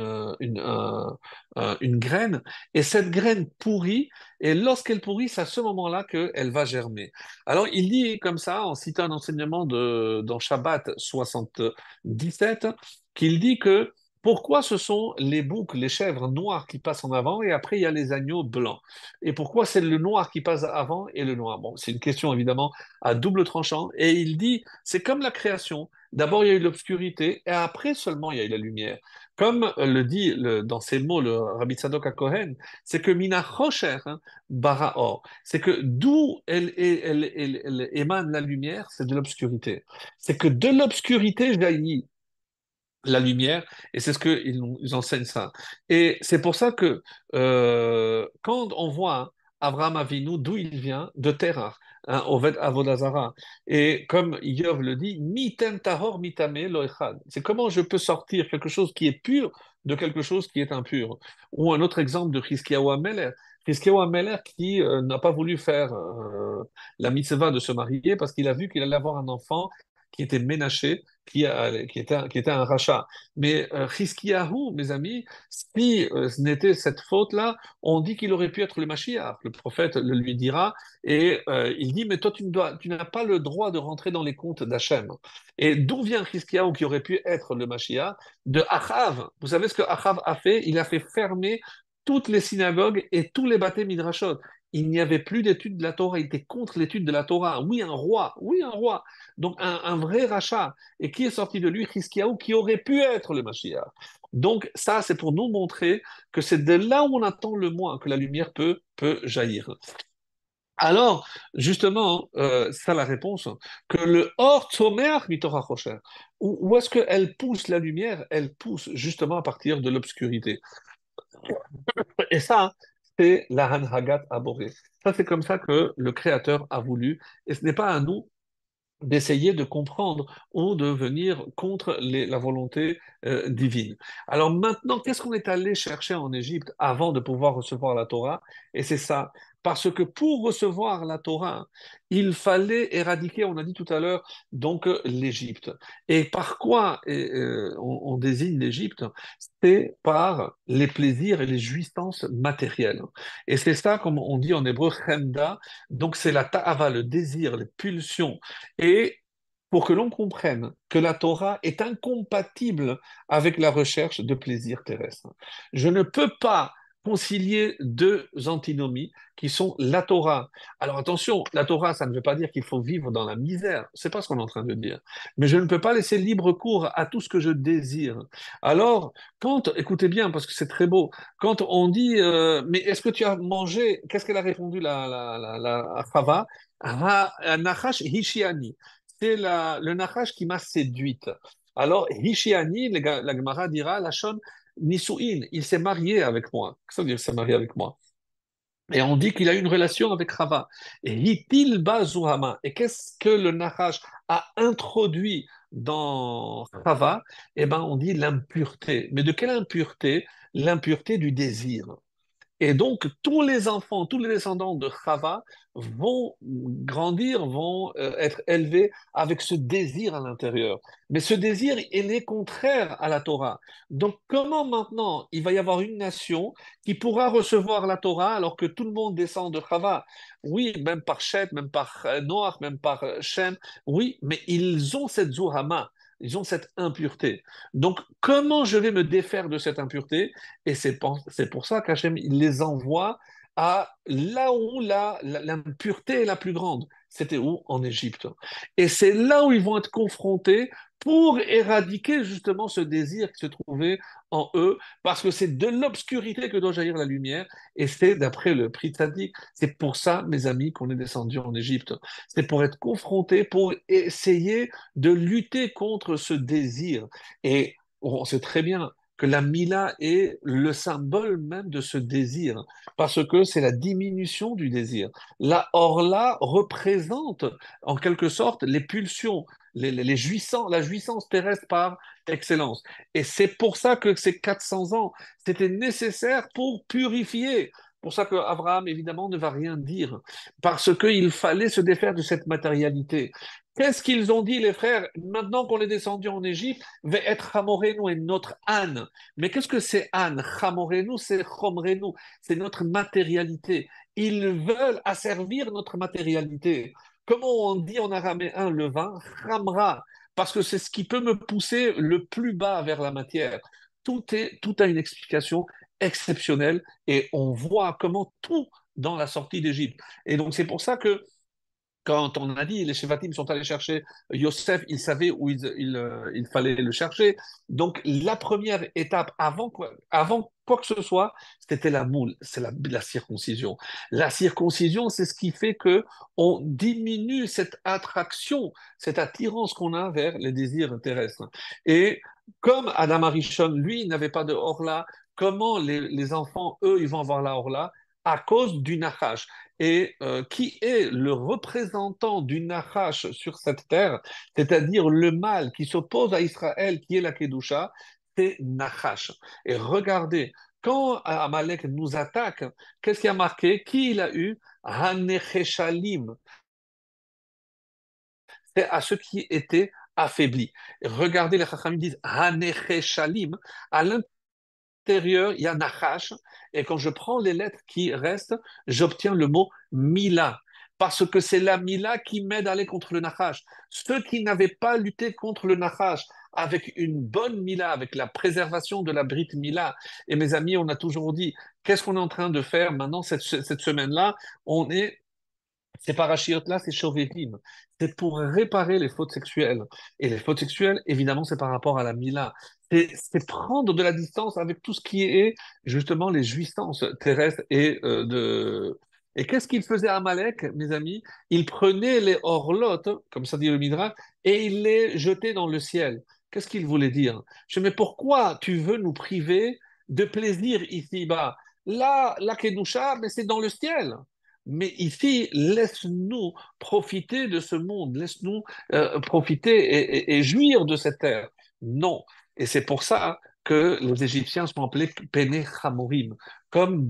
une graine, et cette graine pourrit, et lorsqu'elle pourrit, c'est à ce moment-là qu'elle va germer. Alors, il dit comme ça, en citant un enseignement dans Shabbat 77, qu'il dit que pourquoi ce sont les boucs, les chèvres noires qui passent en avant et après il y a les agneaux blancs? Et pourquoi c'est le noir qui passe avant et le noir? Bon, c'est une question évidemment à double tranchant. Et il dit, c'est comme la création. D'abord il y a eu l'obscurité et après seulement il y a eu la lumière. Comme le dit dans ses mots le Rabbi Tzadok HaKohen, c'est que Mina Chosher, hein, bara or, c'est que d'où elle émane la lumière, c'est de l'obscurité. C'est que de l'obscurité jaillit la lumière, et c'est ce qu'ils ils enseignent ça. Et c'est pour ça que quand on voit Abraham Avinu, d'où il vient, de Terah, hein, Oved Avodazara, et comme Yov le dit, mitem tahor mitame lo echad. C'est comment je peux sortir quelque chose qui est pur de quelque chose qui est impur. Ou un autre exemple de Chizkiyahu HaMelech. Chizkiyahu HaMelech qui n'a pas voulu faire la mitzvah de se marier parce qu'il a vu qu'il allait avoir un enfant qui était ménaché, qui était un rachat. Mais Chizkiyahu, mes amis, si ce n'était cette faute-là, on dit qu'il aurait pu être le Mashiach. Le prophète le lui dira, et il dit, mais toi, tu n'as pas le droit de rentrer dans les comptes d'Hachem. Et d'où vient Chizkiyahu qui aurait pu être le Mashiach? De Achav. Vous savez ce que Achav a fait? Il a fait fermer toutes les synagogues et tous les bâtés midrashot. Il n'y avait plus d'études de la Torah, il était contre l'étude de la Torah. Oui, un roi. Donc un vrai rachat. Et qui est sorti de lui? Chizkiyahu, qui aurait pu être le Mashiach. Donc ça, c'est pour nous montrer que c'est de là où on attend le moins que la lumière peut jaillir. Alors, justement, ça la réponse, que le Or Tzomer Mitorah Chosher, où est-ce qu'elle pousse la lumière? Elle pousse justement à partir de l'obscurité. Et ça, c'est la Hanhagat Aboré. Ça, c'est comme ça que le Créateur a voulu. Et ce n'est pas à nous d'essayer de comprendre ou de venir contre la volonté divine. Alors maintenant, qu'est-ce qu'on est allé chercher en Égypte avant de pouvoir recevoir la Torah? Et c'est ça. Parce que pour recevoir la Torah, il fallait éradiquer, on a dit tout à l'heure, donc l'Égypte. Et par quoi on désigne l'Égypte? C'est par les plaisirs et les jouissances matérielles. Et c'est ça, comme on dit en hébreu, chemda, donc c'est la ta'ava, le désir, les pulsions. Et pour que l'on comprenne que la Torah est incompatible avec la recherche de plaisirs terrestres. Je ne peux pas concilier deux antinomies qui sont la Torah. Alors attention, la Torah, ça ne veut pas dire qu'il faut vivre dans la misère, c'est pas ce qu'on est en train de dire. Mais je ne peux pas laisser libre cours à tout ce que je désire. Alors, écoutez bien, parce que c'est très beau, quand on dit, mais est-ce que tu as mangé, qu'est-ce qu'elle a répondu la Chava? Nachash Hishiani. C'est le Nachash qui m'a séduite. Alors, Hishiani, la Gemara dira, la Shon Nisuin, il s'est marié avec moi. Qu'est-ce que ça veut dire, il s'est marié avec moi? Et on dit qu'il a eu une relation avec Rava. Et Hitil Zuhama. Et qu'est-ce que le Nachash a introduit dans Chava, eh ben, on dit l'impureté. Mais de quelle impureté? L'impureté du désir. Et donc, tous les enfants, tous les descendants de Chava vont grandir, vont être élevés avec ce désir à l'intérieur. Mais ce désir, il est contraire à la Torah. Donc, comment maintenant il va y avoir une nation qui pourra recevoir la Torah alors que tout le monde descend de Chava? Oui, même par Shet, même par Noach, même par Shem, oui, mais ils ont cette Zohama. Ils ont cette impureté. Donc, comment je vais me défaire de cette impureté? Et c'est pour ça qu'Hachem il les envoie à là où l'impureté est la plus grande. C'était où? En Égypte. Et c'est là où ils vont être confrontés pour éradiquer justement ce désir qui se trouvait en eux, parce que c'est de l'obscurité que doit jaillir la lumière, et c'est d'après le prix Tzadik. C'est pour ça, mes amis, qu'on est descendu en Égypte. C'est pour être confronté, pour essayer de lutter contre ce désir. Et on sait très bien que la Mila est le symbole même de ce désir, parce que c'est la diminution du désir. La Orla représente en quelque sorte les pulsions, les jouissances, la jouissance terrestre par excellence. Et c'est pour ça que ces 400 ans, c'était nécessaire pour purifier. Pour ça qu'Abraham, évidemment, ne va rien dire, parce qu'il fallait se défaire de cette matérialité. Qu'est-ce qu'ils ont dit, les frères? Maintenant qu'on est descendu en Égypte, va être Hamorenu et notre âne. Mais qu'est-ce que c'est âne? Hamorenu, c'est Chomrenu, c'est notre matérialité. Ils veulent asservir notre matérialité. Comment on dit en araméen le vin? Chamra, parce que c'est ce qui peut me pousser le plus bas vers la matière. Tout a une explication exceptionnelle et on voit comment tout dans la sortie d'Égypte. Et donc c'est pour ça que quand on a dit les Shevatim sont allés chercher Yosef, ils savaient où il fallait le chercher. Donc la première étape avant quoi que ce soit, c'était la moule, c'est la circoncision. La circoncision, c'est ce qui fait que on diminue cette attraction, cette attirance qu'on a vers les désirs terrestres. Et comme Adam Arishon, lui, n'avait pas de Orla, comment les enfants, eux, ils vont avoir la Orla? À cause du Nachash et qui est le représentant du Nachash sur cette terre, c'est-à-dire le mal qui s'oppose à Israël, qui est la Kedusha, c'est Nachash. Et regardez, quand Amalek nous attaque, qu'est-ce qui a marqué? Qui il a eu? Hanecheshalim. C'est à ceux qui étaient affaiblis. Et regardez, les Chachamim disent Hanecheshalim. À l'intérieur, il y a Nachash, et quand je prends les lettres qui restent, j'obtiens le mot Mila, parce que c'est la Mila qui m'aide à aller contre le Nachash. Ceux qui n'avaient pas lutté contre le Nachash avec une bonne Mila, avec la préservation de la Brit Mila, et mes amis, on a toujours dit, qu'est-ce qu'on est en train de faire maintenant cette semaine-là? On est ces parachiotes-là, c'est Shovetim. C'est pour réparer les fautes sexuelles. Et les fautes sexuelles, évidemment, c'est par rapport à la Mila. C'est prendre de la distance avec tout ce qui est justement les jouissances terrestres Et qu'est-ce qu'il faisait à Amalek, mes amis? Il prenait les orlotes, comme ça dit le Midrash, et il les jetait dans le ciel. Qu'est-ce qu'il voulait dire? Mais pourquoi tu veux nous priver de plaisir ici-bas? Là, la Kedusha, mais c'est dans le ciel. Mais ici, laisse-nous profiter de ce monde, laisse-nous profiter et jouir de cette terre. Non. Et c'est pour ça que les Égyptiens sont appelés Pene Chamorim, comme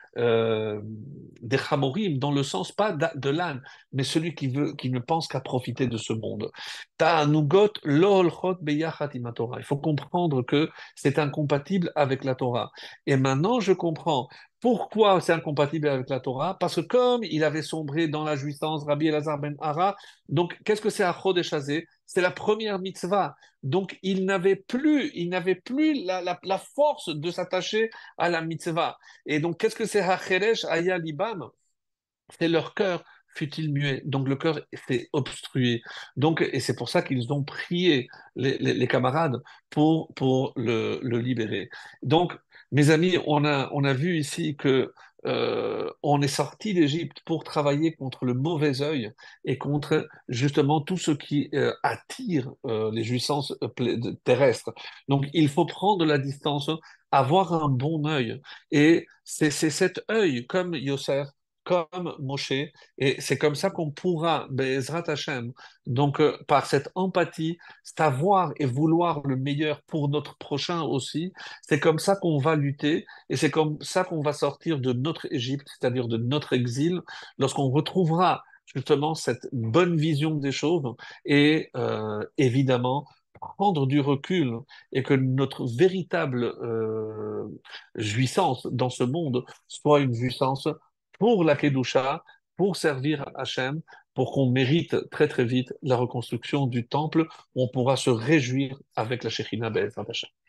des Chamorim, dans le sens pas de l'âne, mais celui qui ne pense qu'à profiter de ce monde. Ta'anugot lo holchot beyachat im Torah. Il faut comprendre que c'est incompatible avec la Torah. Et maintenant, je comprends. Pourquoi c'est incompatible avec la Torah? Parce que comme il avait sombré dans la jouissance, Rabbi Elazar ben Hara, donc qu'est-ce que c'est Achod et Chazé? C'est la première mitzvah. Donc il n'avait plus la force de s'attacher à la mitzvah. Et donc qu'est-ce que c'est Hacheresh Aya Libam? C'est leur cœur fut-il muet. Donc le cœur s'est obstrué. Donc, et c'est pour ça qu'ils ont prié les camarades pour le libérer. Donc, mes amis, on a vu ici que on est sorti d'Égypte pour travailler contre le mauvais œil et contre justement tout ce qui attire les jouissances terrestres. Donc, il faut prendre la distance, avoir un bon œil. Et c'est cet œil, comme Yosef, comme Moshe, et c'est comme ça qu'on pourra, Bezrat Hashem, donc par cette empathie, savoir et vouloir le meilleur pour notre prochain aussi, c'est comme ça qu'on va lutter, et c'est comme ça qu'on va sortir de notre Égypte, c'est-à-dire de notre exil, lorsqu'on retrouvera justement cette bonne vision des choses, et évidemment prendre du recul, et que notre véritable jouissance dans ce monde soit une jouissance pour la Kedusha, pour servir Hachem, pour qu'on mérite très très vite la reconstruction du temple, où on pourra se réjouir avec la Shekhinah Be'ezrat Hashem.